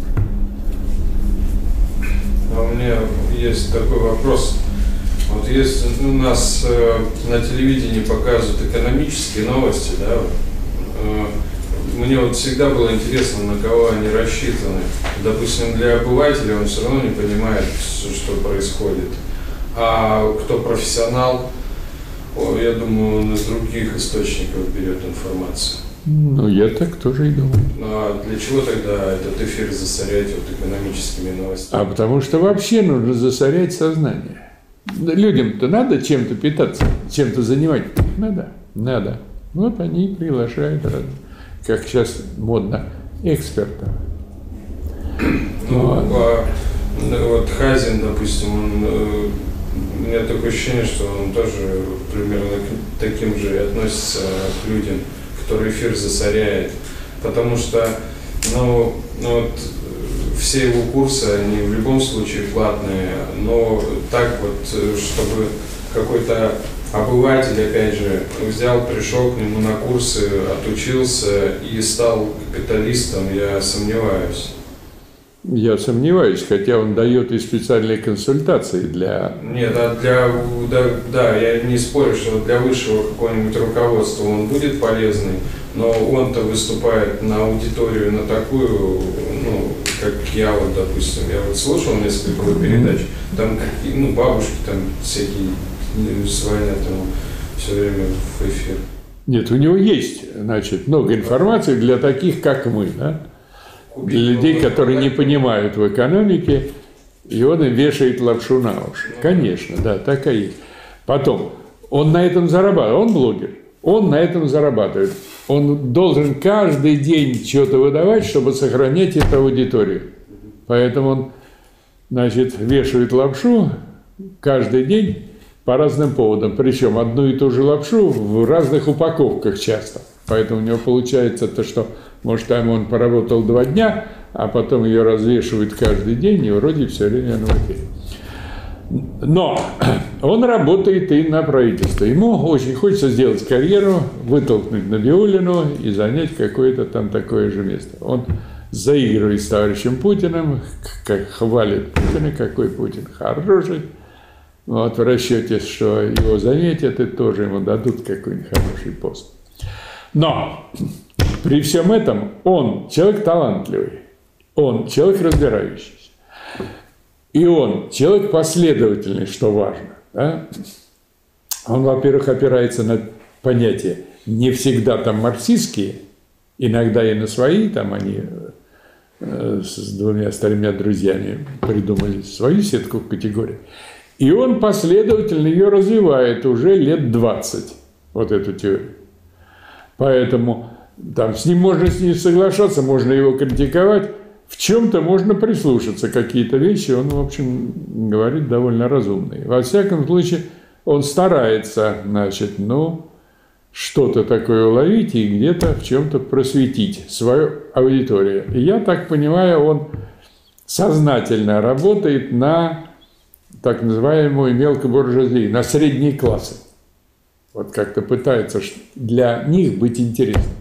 А у меня есть такой вопрос. Вот если у нас э, на телевидении показывают экономические новости, да, э, мне вот всегда было интересно, на кого они рассчитаны. Допустим, для обывателя он все равно не понимает, что происходит. А кто профессионал, о, я думаю, он из других источников берет информацию. Ну, я так тоже и думаю. Ну, а для чего тогда этот эфир засорять вот экономическими новостями? А потому что вообще нужно засорять сознание. Людям-то надо чем-то питаться, чем-то занимать. Надо, надо. Вот они приглашают, как сейчас модно, экспертов. Ну, Вот. а, ну, вот Хазин, допустим, он, э, у меня такое ощущение, что он тоже примерно к таким же относится к людям, которые эфир засоряет. Потому что, ну, ну вот, все его курсы, они в любом случае платные, но так вот, чтобы какой-то обыватель, опять же, взял, пришел к нему на курсы, отучился и стал капиталистом, я сомневаюсь. Я сомневаюсь, хотя он дает и специальные консультации для... Нет, а для, да, да, я не спорю, что для высшего какого-нибудь руководства он будет полезный, но он-то выступает на аудиторию, на такую, ну, как я вот, допустим, я вот слушал несколько его передач, там какие, ну, бабушки там всякие звонят ему все время в эфир. Нет, у него есть, значит, много информации для таких, как мы, да? Для людей, которые не понимают в экономике, и он им вешает лапшу на уши. Конечно, да, так и есть. Потом, он на этом зарабатывает, он блогер, он на этом зарабатывает. Он должен каждый день что-то выдавать, чтобы сохранять эту аудиторию. Поэтому он, значит, вешает лапшу каждый день по разным поводам. Причем одну и ту же лапшу в разных упаковках часто. Поэтому у него получается то, что, может, там он поработал два дня, а потом ее развешивают каждый день, и вроде все время на эфире. Но он работает и на правительство. Ему очень хочется сделать карьеру, вытолкнуть Набиуллину и занять какое-то там такое же место. Он заигрывает с товарищем Путиным, как хвалит Путина, какой Путин хороший. Вот в расчете, что его заметят и тоже ему дадут какой-нибудь хороший пост. Но при всем этом он человек талантливый, он человек разбирающийся. И он человек последовательный, что важно. Да? Он, во-первых, опирается на понятия не всегда там марксистские, иногда и на свои, там они э, с двумя, с тремя друзьями придумали свою сетку категорий. И он последовательно ее развивает уже лет двадцать, вот эту теорию. Поэтому там, с ним можно с ним соглашаться, можно его критиковать. В чем-то можно прислушаться, какие-то вещи он, в общем, говорит довольно разумные. Во всяком случае, он старается, значит, ну, что-то такое уловить и где-то в чем-то просветить свою аудиторию. И я так понимаю, он сознательно работает на так называемую мелкобуржуазию, на средние классы. Вот как-то пытается для них быть интересным.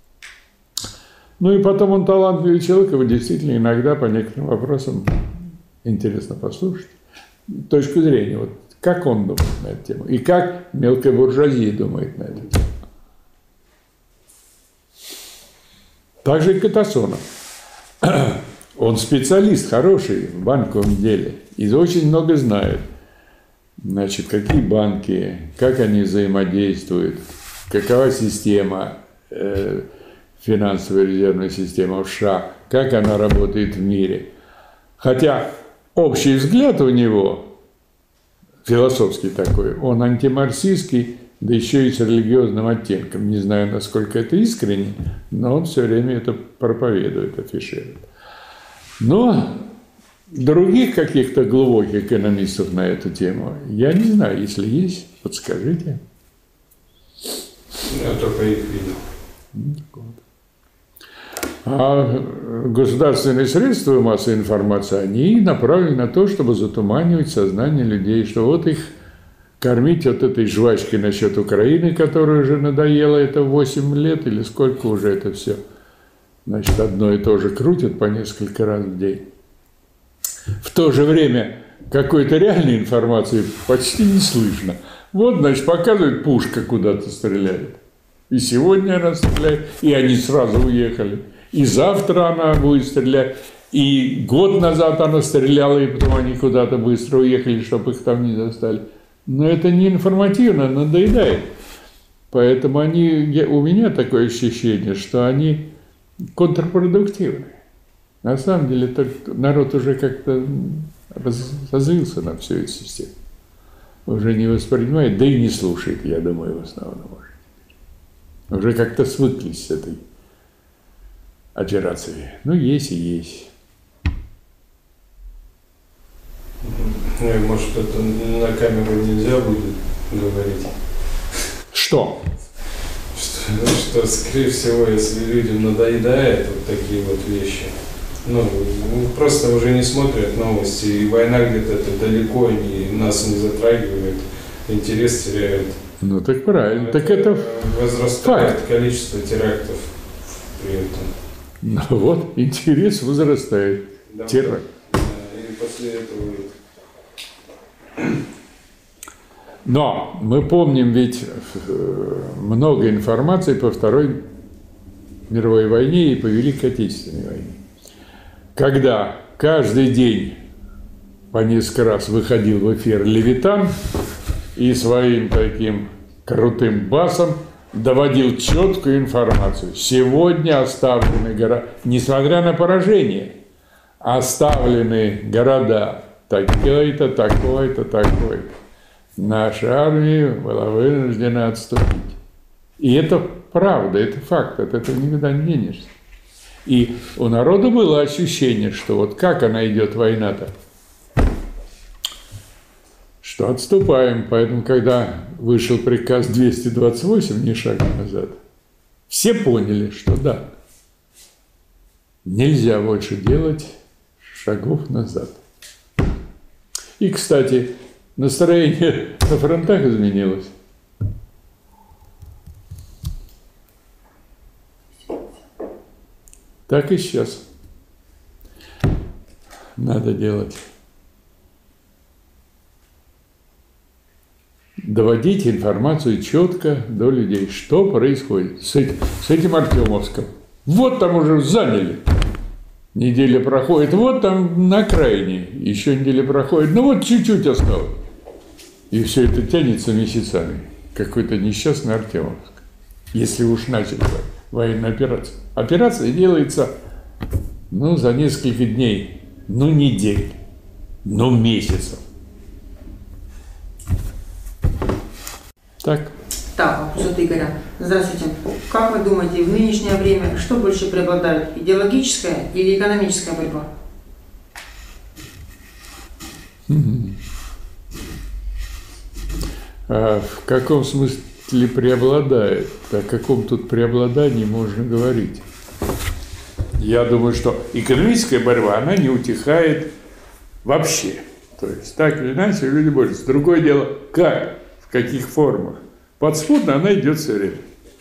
Ну и потом он талантливый человек, его действительно иногда по некоторым вопросам интересно послушать. Точку зрения, вот как он думает на эту тему, и как мелкая буржуазия думает на эту тему. Также и Катасонов. Он специалист хороший в банковом деле и очень много знает. Значит, какие банки, как они взаимодействуют, какова система, э, финансовая резервная система в США, как она работает в мире. Хотя общий взгляд у него, философский такой, он антимарксистский, да еще и с религиозным оттенком. Не знаю, насколько это искренне, но он все время это проповедует, афиширует. Но других каких-то глубоких экономистов на эту тему я не знаю. Если есть, подскажите. Я только их видел. А государственные средства массовой информации, они направлены на то, чтобы затуманивать сознание людей, что вот их кормить вот этой жвачкой насчет Украины, которая уже надоела, это восемь лет или сколько уже это все. Значит, одно и то же крутят по несколько раз в день. В то же время какой-то реальной информации почти не слышно. Вот, значит, показывают, пушка куда-то стреляет. И сегодня она стреляет, и они сразу уехали. И завтра она будет стрелять. И год назад она стреляла, и потом они куда-то быстро уехали, чтобы их там не застали. Но это не информативно, надоедает. Поэтому они, я, у меня такое ощущение, что они контрпродуктивны. На самом деле народ уже как-то разозлился на всю эту систему. Уже не воспринимает, да и не слушает, я думаю, в основном уже. Уже как-то свыклись с этой операцией. Ну, есть и есть. Ну, может, это на камеру нельзя будет говорить? Что? Что, что, скорее всего, если людям надоедает вот такие вот вещи, ну, просто уже не смотрят новости, и война где-то это далеко, не, нас не затрагивает, интерес теряют. Ну, так правильно. Это так это возрастает факт. количество терактов при этом. Ну, вот, интерес возрастает. Да, Теракт. да, и после этого... Но мы помним ведь много информации по Второй мировой войне и по Великой Отечественной войне. Когда каждый день по несколько раз выходил в эфир Левитан и своим таким крутым басом доводил четкую информацию. Сегодня оставлены города, несмотря на поражение, оставлены города такой-то, такой-то, такой-то. Наша армия была вынуждена отступить. И это правда, это факт, от этого никуда не денешься. И у народа было ощущение, что вот как она идет, война-то, что отступаем. Поэтому, когда вышел приказ двести двадцать восемь, ни шага назад, все поняли, что да, нельзя больше делать шагов назад. И, кстати, настроение на фронтах изменилось. Так и сейчас надо делать. Доводить информацию четко до людей, что происходит с этим, с этим Артемовском. Вот там уже заняли. Неделя проходит, вот там на окраине. Еще неделя проходит, ну вот чуть-чуть осталось. И все это тянется месяцами. Какой-то несчастный Артемовск. Если уж начали военную операцию. Операция делается, ну, за несколько дней, ну, недель, ну, месяцев. Так. Так, вопрос от Игоря. Здравствуйте. Как вы думаете, в нынешнее время что больше преобладает? Идеологическая или экономическая борьба? А в каком смысле преобладает? О каком тут преобладании можно говорить? Я думаю, что экономическая борьба, она не утихает вообще. То есть, так или иначе, люди борются. Другое дело, как, в каких формах. Подспудно она идет все время.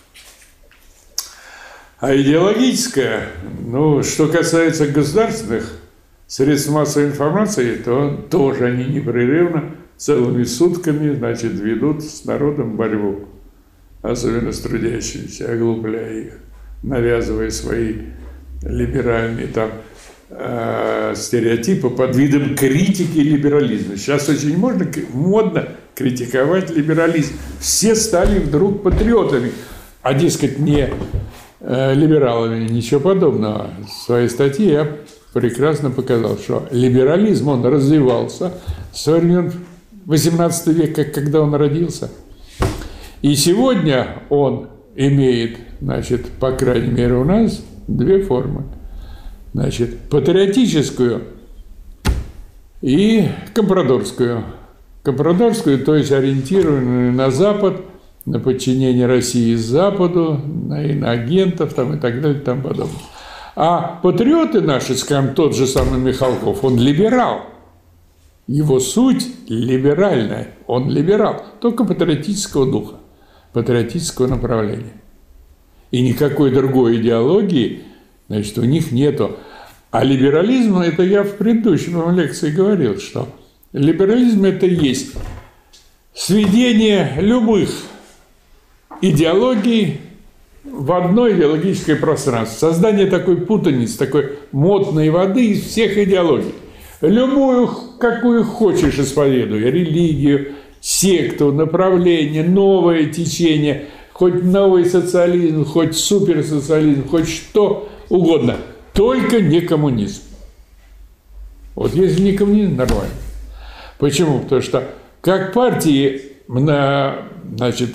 А идеологическая, ну, что касается государственных средств массовой информации, то тоже они непрерывно целыми сутками, значит, ведут с народом борьбу. Особенно с трудящимися, оглупляя их, навязывая свои либеральные там э, стереотипы под видом критики либерализма. Сейчас очень можно, модно критиковать либерализм. Все стали вдруг патриотами, а, дескать, не э, либералами, ничего подобного. В своей статье я прекрасно показал, что либерализм, он развивался со времен восемнадцатого века, когда он родился. И сегодня он имеет, значит, по крайней мере у нас, две формы. Значит, патриотическую и компрадорскую. Компрадорскую, то есть ориентированную на Запад, на подчинение России Западу, на иноагентов там, и так далее и тому подобное. А патриоты наши, скажем, тот же самый Михалков, он либерал. Его суть либеральная, он либерал, только патриотического духа, патриотического направления. И никакой другой идеологии, значит, у них нету. А либерализм, это я в предыдущей лекции говорил, что либерализм – это есть сведение любых идеологий в одно идеологическое пространство, создание такой путаницы, такой мутной воды из всех идеологий. Любую, какую хочешь, исповедуй, религию, секту, направление, новое течение. хоть новый социализм, хоть суперсоциализм, хоть что угодно, только не коммунизм. Вот если не коммунизм, нормально. Почему? Потому что как партии, значит,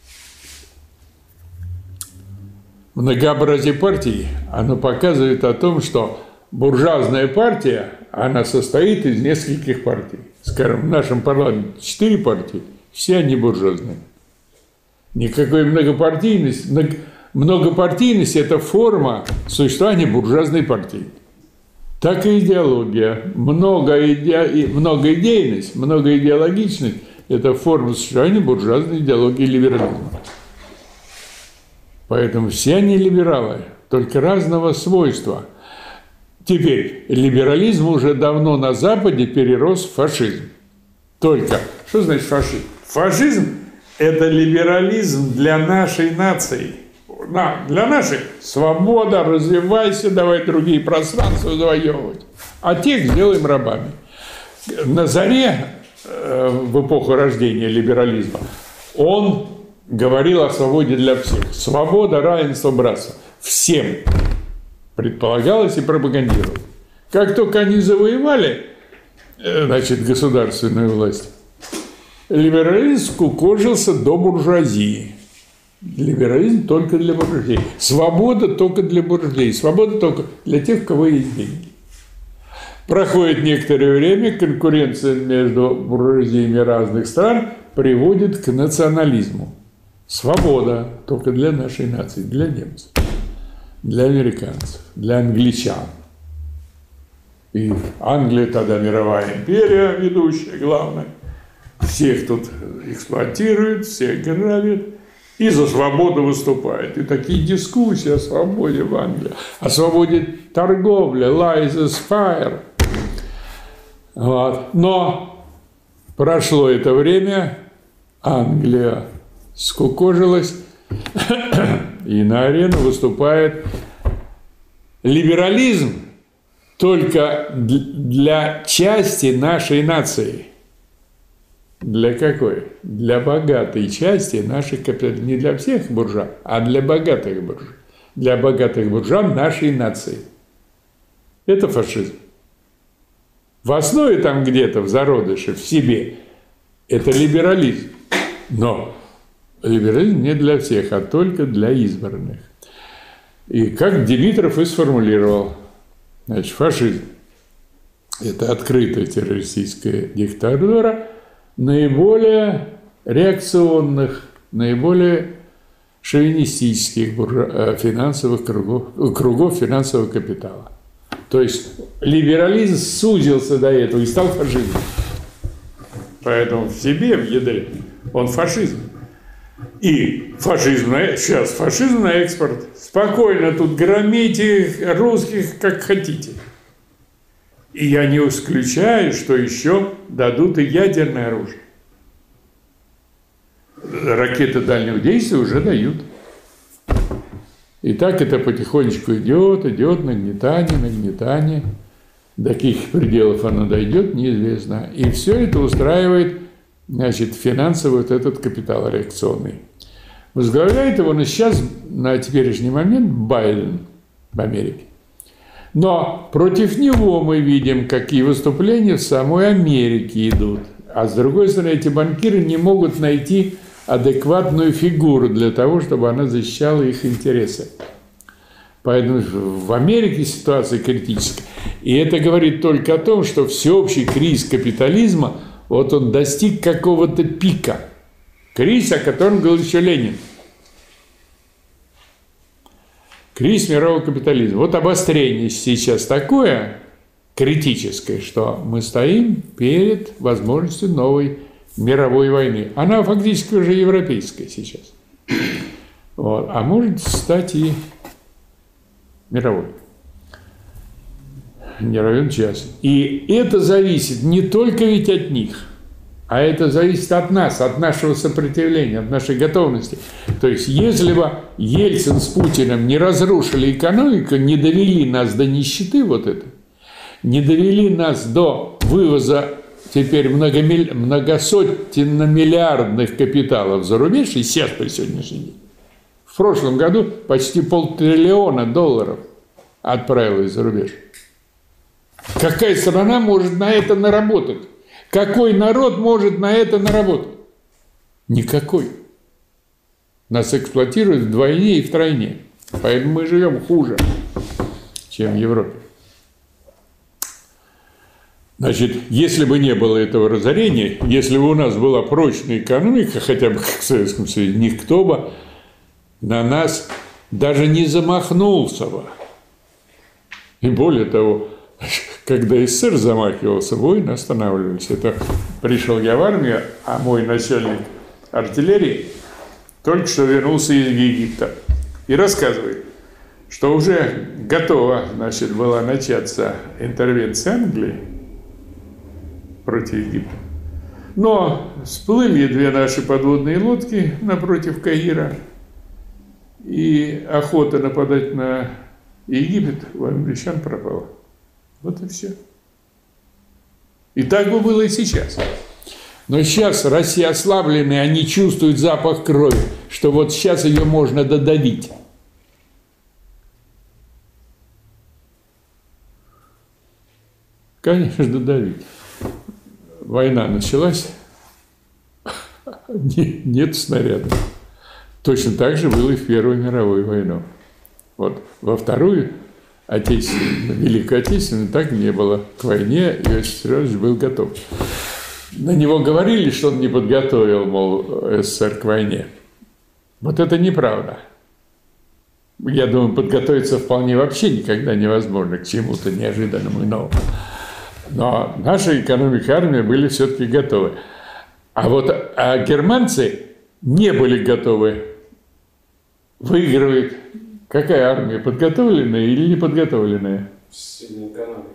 многообразие партий, оно показывает о том, что буржуазная партия, она состоит из нескольких партий. Скажем, в нашем парламенте четыре партии, все они буржуазные. Никакой многопартийности. Многопартийность – это форма существования буржуазной партии. Так и идеология. Многоиде... Многоидейность, многоидеологичность – это форма существования буржуазной идеологии либерализма. Поэтому все они либералы, только разного свойства. Теперь либерализм уже давно на Западе перерос в фашизм. Только, что значит фашизм? Фашизм – это либерализм для нашей нации. На, для нашей свобода, развивайся, давай другие пространства завоевывать. А тех сделаем рабами. На заре, э, в эпоху рождения либерализма, он говорил о свободе для всех. Свобода, равенство, братство. Всем предполагалось и пропагандировалось. Как только они завоевали, значит, государственную власть, либерализм скукожился до буржуазии. Либерализм только для буржуазии. Свобода только для буржуазии. Свобода только для тех, у кого есть деньги. Проходит некоторое время, конкуренция между буржуазиями разных стран приводит к национализму. Свобода только для нашей нации, для немцев, для американцев, для англичан. И Англия тогда мировая империя, ведущая, главная. Всех тут эксплуатирует, всех грабит. И за свободу выступает. И такие дискуссии о свободе в Англии, о свободе торговли, lies is fire. Вот. Но прошло это время, Англия скукожилась, и на арену выступает либерализм только для части нашей нации. Для какой? Для богатой части наших капиталистов. Не для всех буржуа, а для богатых буржуа. Для богатых буржуа нашей нации. Это фашизм. В основе там где-то, в зародыше, в себе, это либерализм. Но либерализм не для всех, а только для избранных. И как Димитров и сформулировал, значит, фашизм – это открытая террористическая диктатура наиболее реакционных, наиболее шовинистических финансовых кругов, кругов финансового капитала. То есть либерализм сузился до этого и стал фашизмом. Поэтому в себе, в ядре, он фашизм. И фашизм на, сейчас фашизм на экспорт. Спокойно тут громите русских как хотите. И я не исключаю, что еще дадут и ядерное оружие. Ракеты дальнего действия уже дают. И так это потихонечку идет, идет, нагнетание, нагнетание. До каких пределов оно дойдет, неизвестно. И все это устраивает, значит, финансовый вот этот капитал реакционный. Возглавляет его на сейчас, на теперешний момент, Байден в Америке. Но против него мы видим, какие выступления в самой Америке идут. А с другой стороны, эти банкиры не могут найти адекватную фигуру для того, чтобы она защищала их интересы. Поэтому в Америке ситуация критическая. И это говорит только о том, что всеобщий кризис капитализма, вот он достиг какого-то пика. Кризис, о котором говорил еще Ленин. Кризис мирового капитализма. Вот обострение сейчас такое критическое, что мы стоим перед возможностью новой мировой войны. Она фактически уже европейская сейчас. Вот. А может стать и мировой. Не равен час. И это зависит не только ведь от них, а это зависит от нас, от нашего сопротивления, от нашей готовности. То есть, если бы Ельцин с Путиным не разрушили экономику, не довели нас до нищеты вот это, не довели нас до вывоза теперь многомилли... многосотенно-миллиардных капиталов за рубеж, и сейчас при сегодняшний день, В прошлом году почти полтриллиона долларов отправилось за рубеж. Какая страна может на это наработать? Какой народ может на это наработать? Никакой. Нас эксплуатируют вдвойне и втройне. Поэтому мы живем хуже, чем в Европе. Значит, если бы не было этого разорения, если бы у нас была прочная экономика, хотя бы как в Советском Союзе, никто бы на нас даже не замахнулся бы. И более того, когда СССР замахивался, войны останавливались. Это пришел я в армию, а мой начальник артиллерии только что вернулся из Египта и рассказывает, что уже готова, значит, была начаться интервенция Англии против Египта. Но всплыли две наши подводные лодки напротив Каира, и охота нападать на Египет у англичан пропала. Вот и все. И так бы было и сейчас. Но сейчас Россия ослабленная, они чувствуют запах крови, что вот сейчас ее можно додавить. Конечно, додавить. Война началась, нет снарядов. Точно так же было и в Первую мировую войну. Вот во Вторую Отечественную, Великую Отечественную так не было. К войне Иосиф Виссарионович был готов. На него говорили, что он не подготовил, мол, СССР к войне. Вот это неправда. Я думаю, подготовиться вполне вообще никогда невозможно к чему-то неожиданному и новому. Но наша экономика и армия были все-таки готовы. А вот а германцы не были готовы. Выигрывает какая армия? Подготовленная или неподготовленная? Сильная экономика.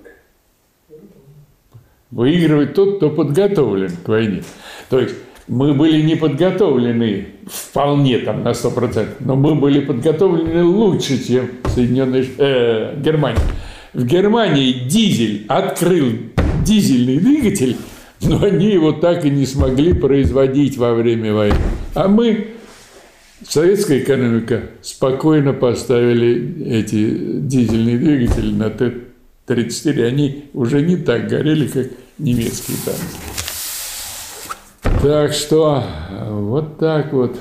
Выигрывает тот, кто подготовлен к войне. То есть мы были не подготовлены вполне там на сто процентов, но мы были подготовлены лучше, чем Соединенные э, Германия. В Германии дизель открыл дизельный двигатель, но они его так и не смогли производить во время войны. А мы, советская экономика, спокойно поставили эти дизельные двигатели на Т тридцать четыре. Они уже не так горели, как немецкие танки. Так что вот так вот.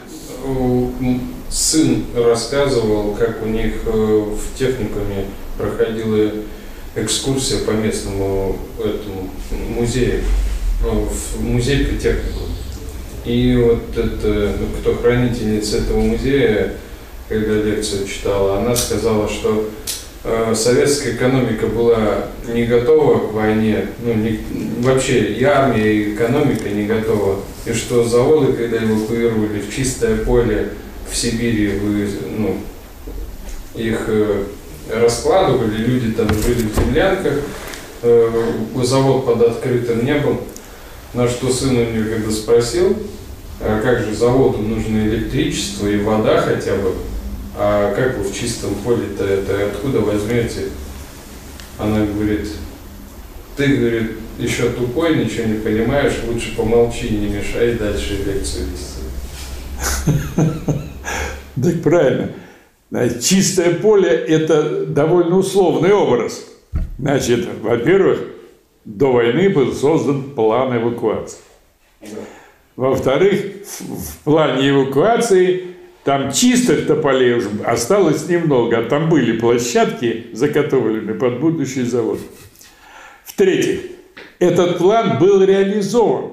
Сын рассказывал, как у них в техникуме проходила экскурсия по местному этому музею, в музей политехнику. И вот это, кто хранительница этого музея, когда лекцию читала, она сказала, что э, советская экономика была не готова к войне, ну не, вообще и армия, и экономика не готова, и что заводы, когда эвакуировали в чистое поле в Сибири, вы, ну, их э, раскладывали, люди там жили в землянках, э, завод под открытым небом. На что сын у нее когда спросил, а как же заводу нужно электричество и вода хотя бы, а как вы в чистом поле-то это откуда возьмете? Она говорит, ты, говорит, еще тупой, ничего не понимаешь, лучше помолчи, не мешай дальше лекцию вести. Так правильно. Чистое поле – это довольно условный образ. Значит, во-первых, до войны был создан план эвакуации. Во-вторых, в плане эвакуации там чистых тополей уже осталось немного, а там были площадки, заготовленные под будущий завод. В-третьих, этот план был реализован,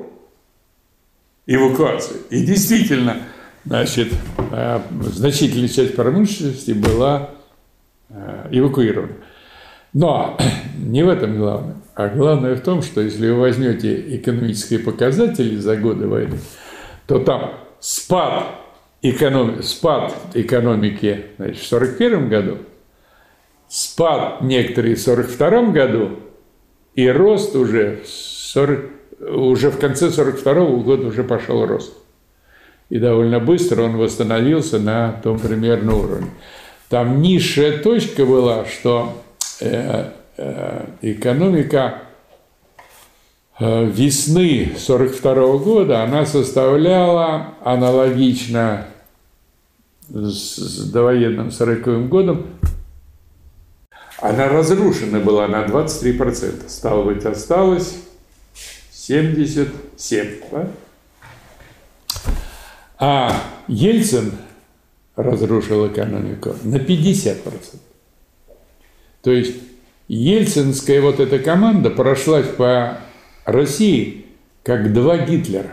эвакуации. И действительно, значит, значительная часть промышленности была эвакуирована. Но не в этом главное. А главное в том, что если вы возьмете экономические показатели за годы войны, то там спад, экономи... спад экономики, значит, в сорок первом году, спад некоторые в сорок втором году и рост уже в, сорок... уже в конце сорок второго года уже пошел рост. И довольно быстро он восстановился на том примерно уровне. Там низшая точка была, что экономика весны сорок второго года, она составляла аналогично с довоенным сороковым годом, она разрушена была на двадцать три процента. Стало быть, осталось семьдесят семь процентов. Да? А Ельцин разрушил экономику на пятьдесят процентов. То есть ельцинская вот эта команда прошлась по России как два Гитлера.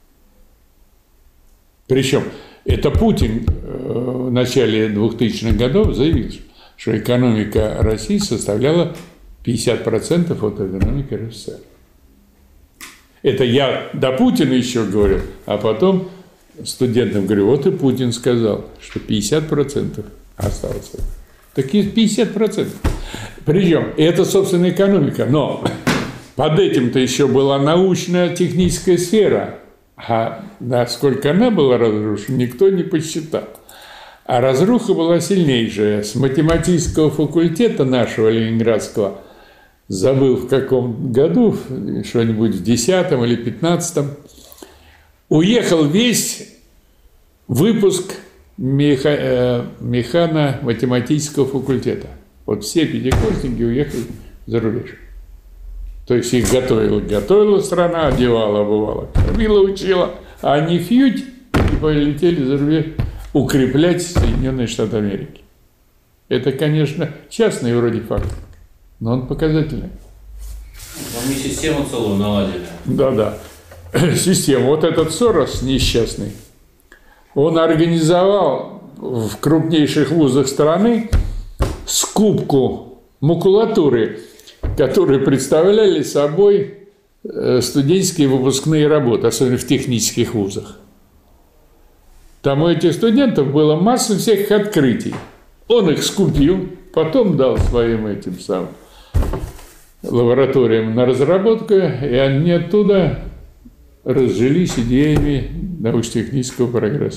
Причем это Путин в начале двухтысячных годов заявил, что экономика России составляла пятьдесят процентов от экономики РСФСР. Это я до Путина еще говорил, а потом студентам говорю, вот и Путин сказал, что пятьдесят процентов осталось. Такие пятьдесят процентов. Причем это, собственно, экономика. Но под этим-то еще была научная техническая сфера. А насколько она была разрушена, никто не посчитал. А разруха была сильнейшая. С математического факультета нашего ленинградского, забыл в каком году, что-нибудь в десятом или пятнадцатом, уехал весь выпуск меха, механо-математического факультета. Вот все пятикурсники уехали за рубеж. То есть их готовила, готовила страна, одевала, обувала, кормила, учила, а они фьють и полетели за рубеж укреплять Соединенные Штаты Америки. Это, конечно, частный вроде факт, но он показательный. Они систему целую наладили. Да-да. Систему. Вот этот Сорос несчастный, он организовал в крупнейших вузах страны скупку макулатуры, которые представляли собой студенческие выпускные работы, особенно в технических вузах. Там у этих студентов была масса всяких открытий. Он их скупил, потом дал своим этим самым лабораториям на разработку, и они оттуда разжились идеями научно-технического прогресса.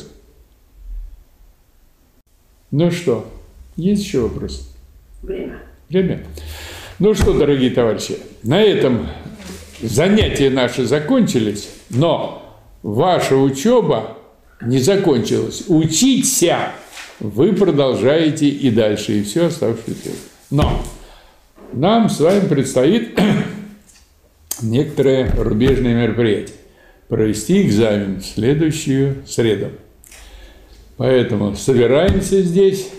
Ну что, есть еще вопросы? Время. Время. Ну что, дорогие товарищи, на этом занятия наши закончились, но ваша учеба не закончилась. Учиться вы продолжаете и дальше, и все оставшееся. Но нам с вами предстоит некоторые рубежные мероприятия. Провести экзамен в следующую среду. Поэтому собираемся здесь.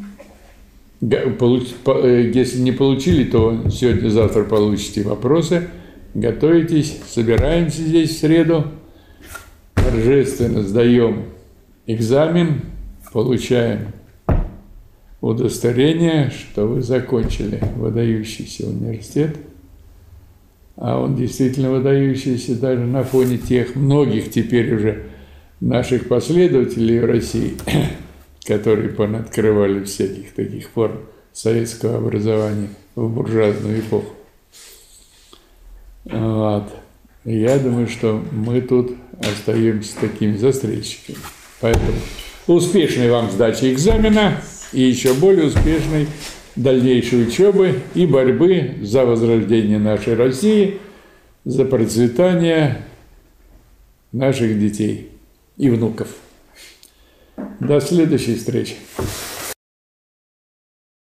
Если не получили, то сегодня-завтра получите вопросы. Готовитесь, собираемся здесь в среду. Торжественно сдаем экзамен, получаем удостоверение, что вы закончили выдающийся университет. А он действительно выдающийся даже на фоне тех многих теперь уже наших последователей в России, которые понаоткрывали всяких таких форм советского образования в буржуазную эпоху. Вот. Я думаю, что мы тут остаемся такими застрельщиками. Поэтому успешной вам сдачи экзамена и еще более успешной дальнейшей учебы и борьбы за возрождение нашей России, за процветание наших детей и внуков. До следующей встречи.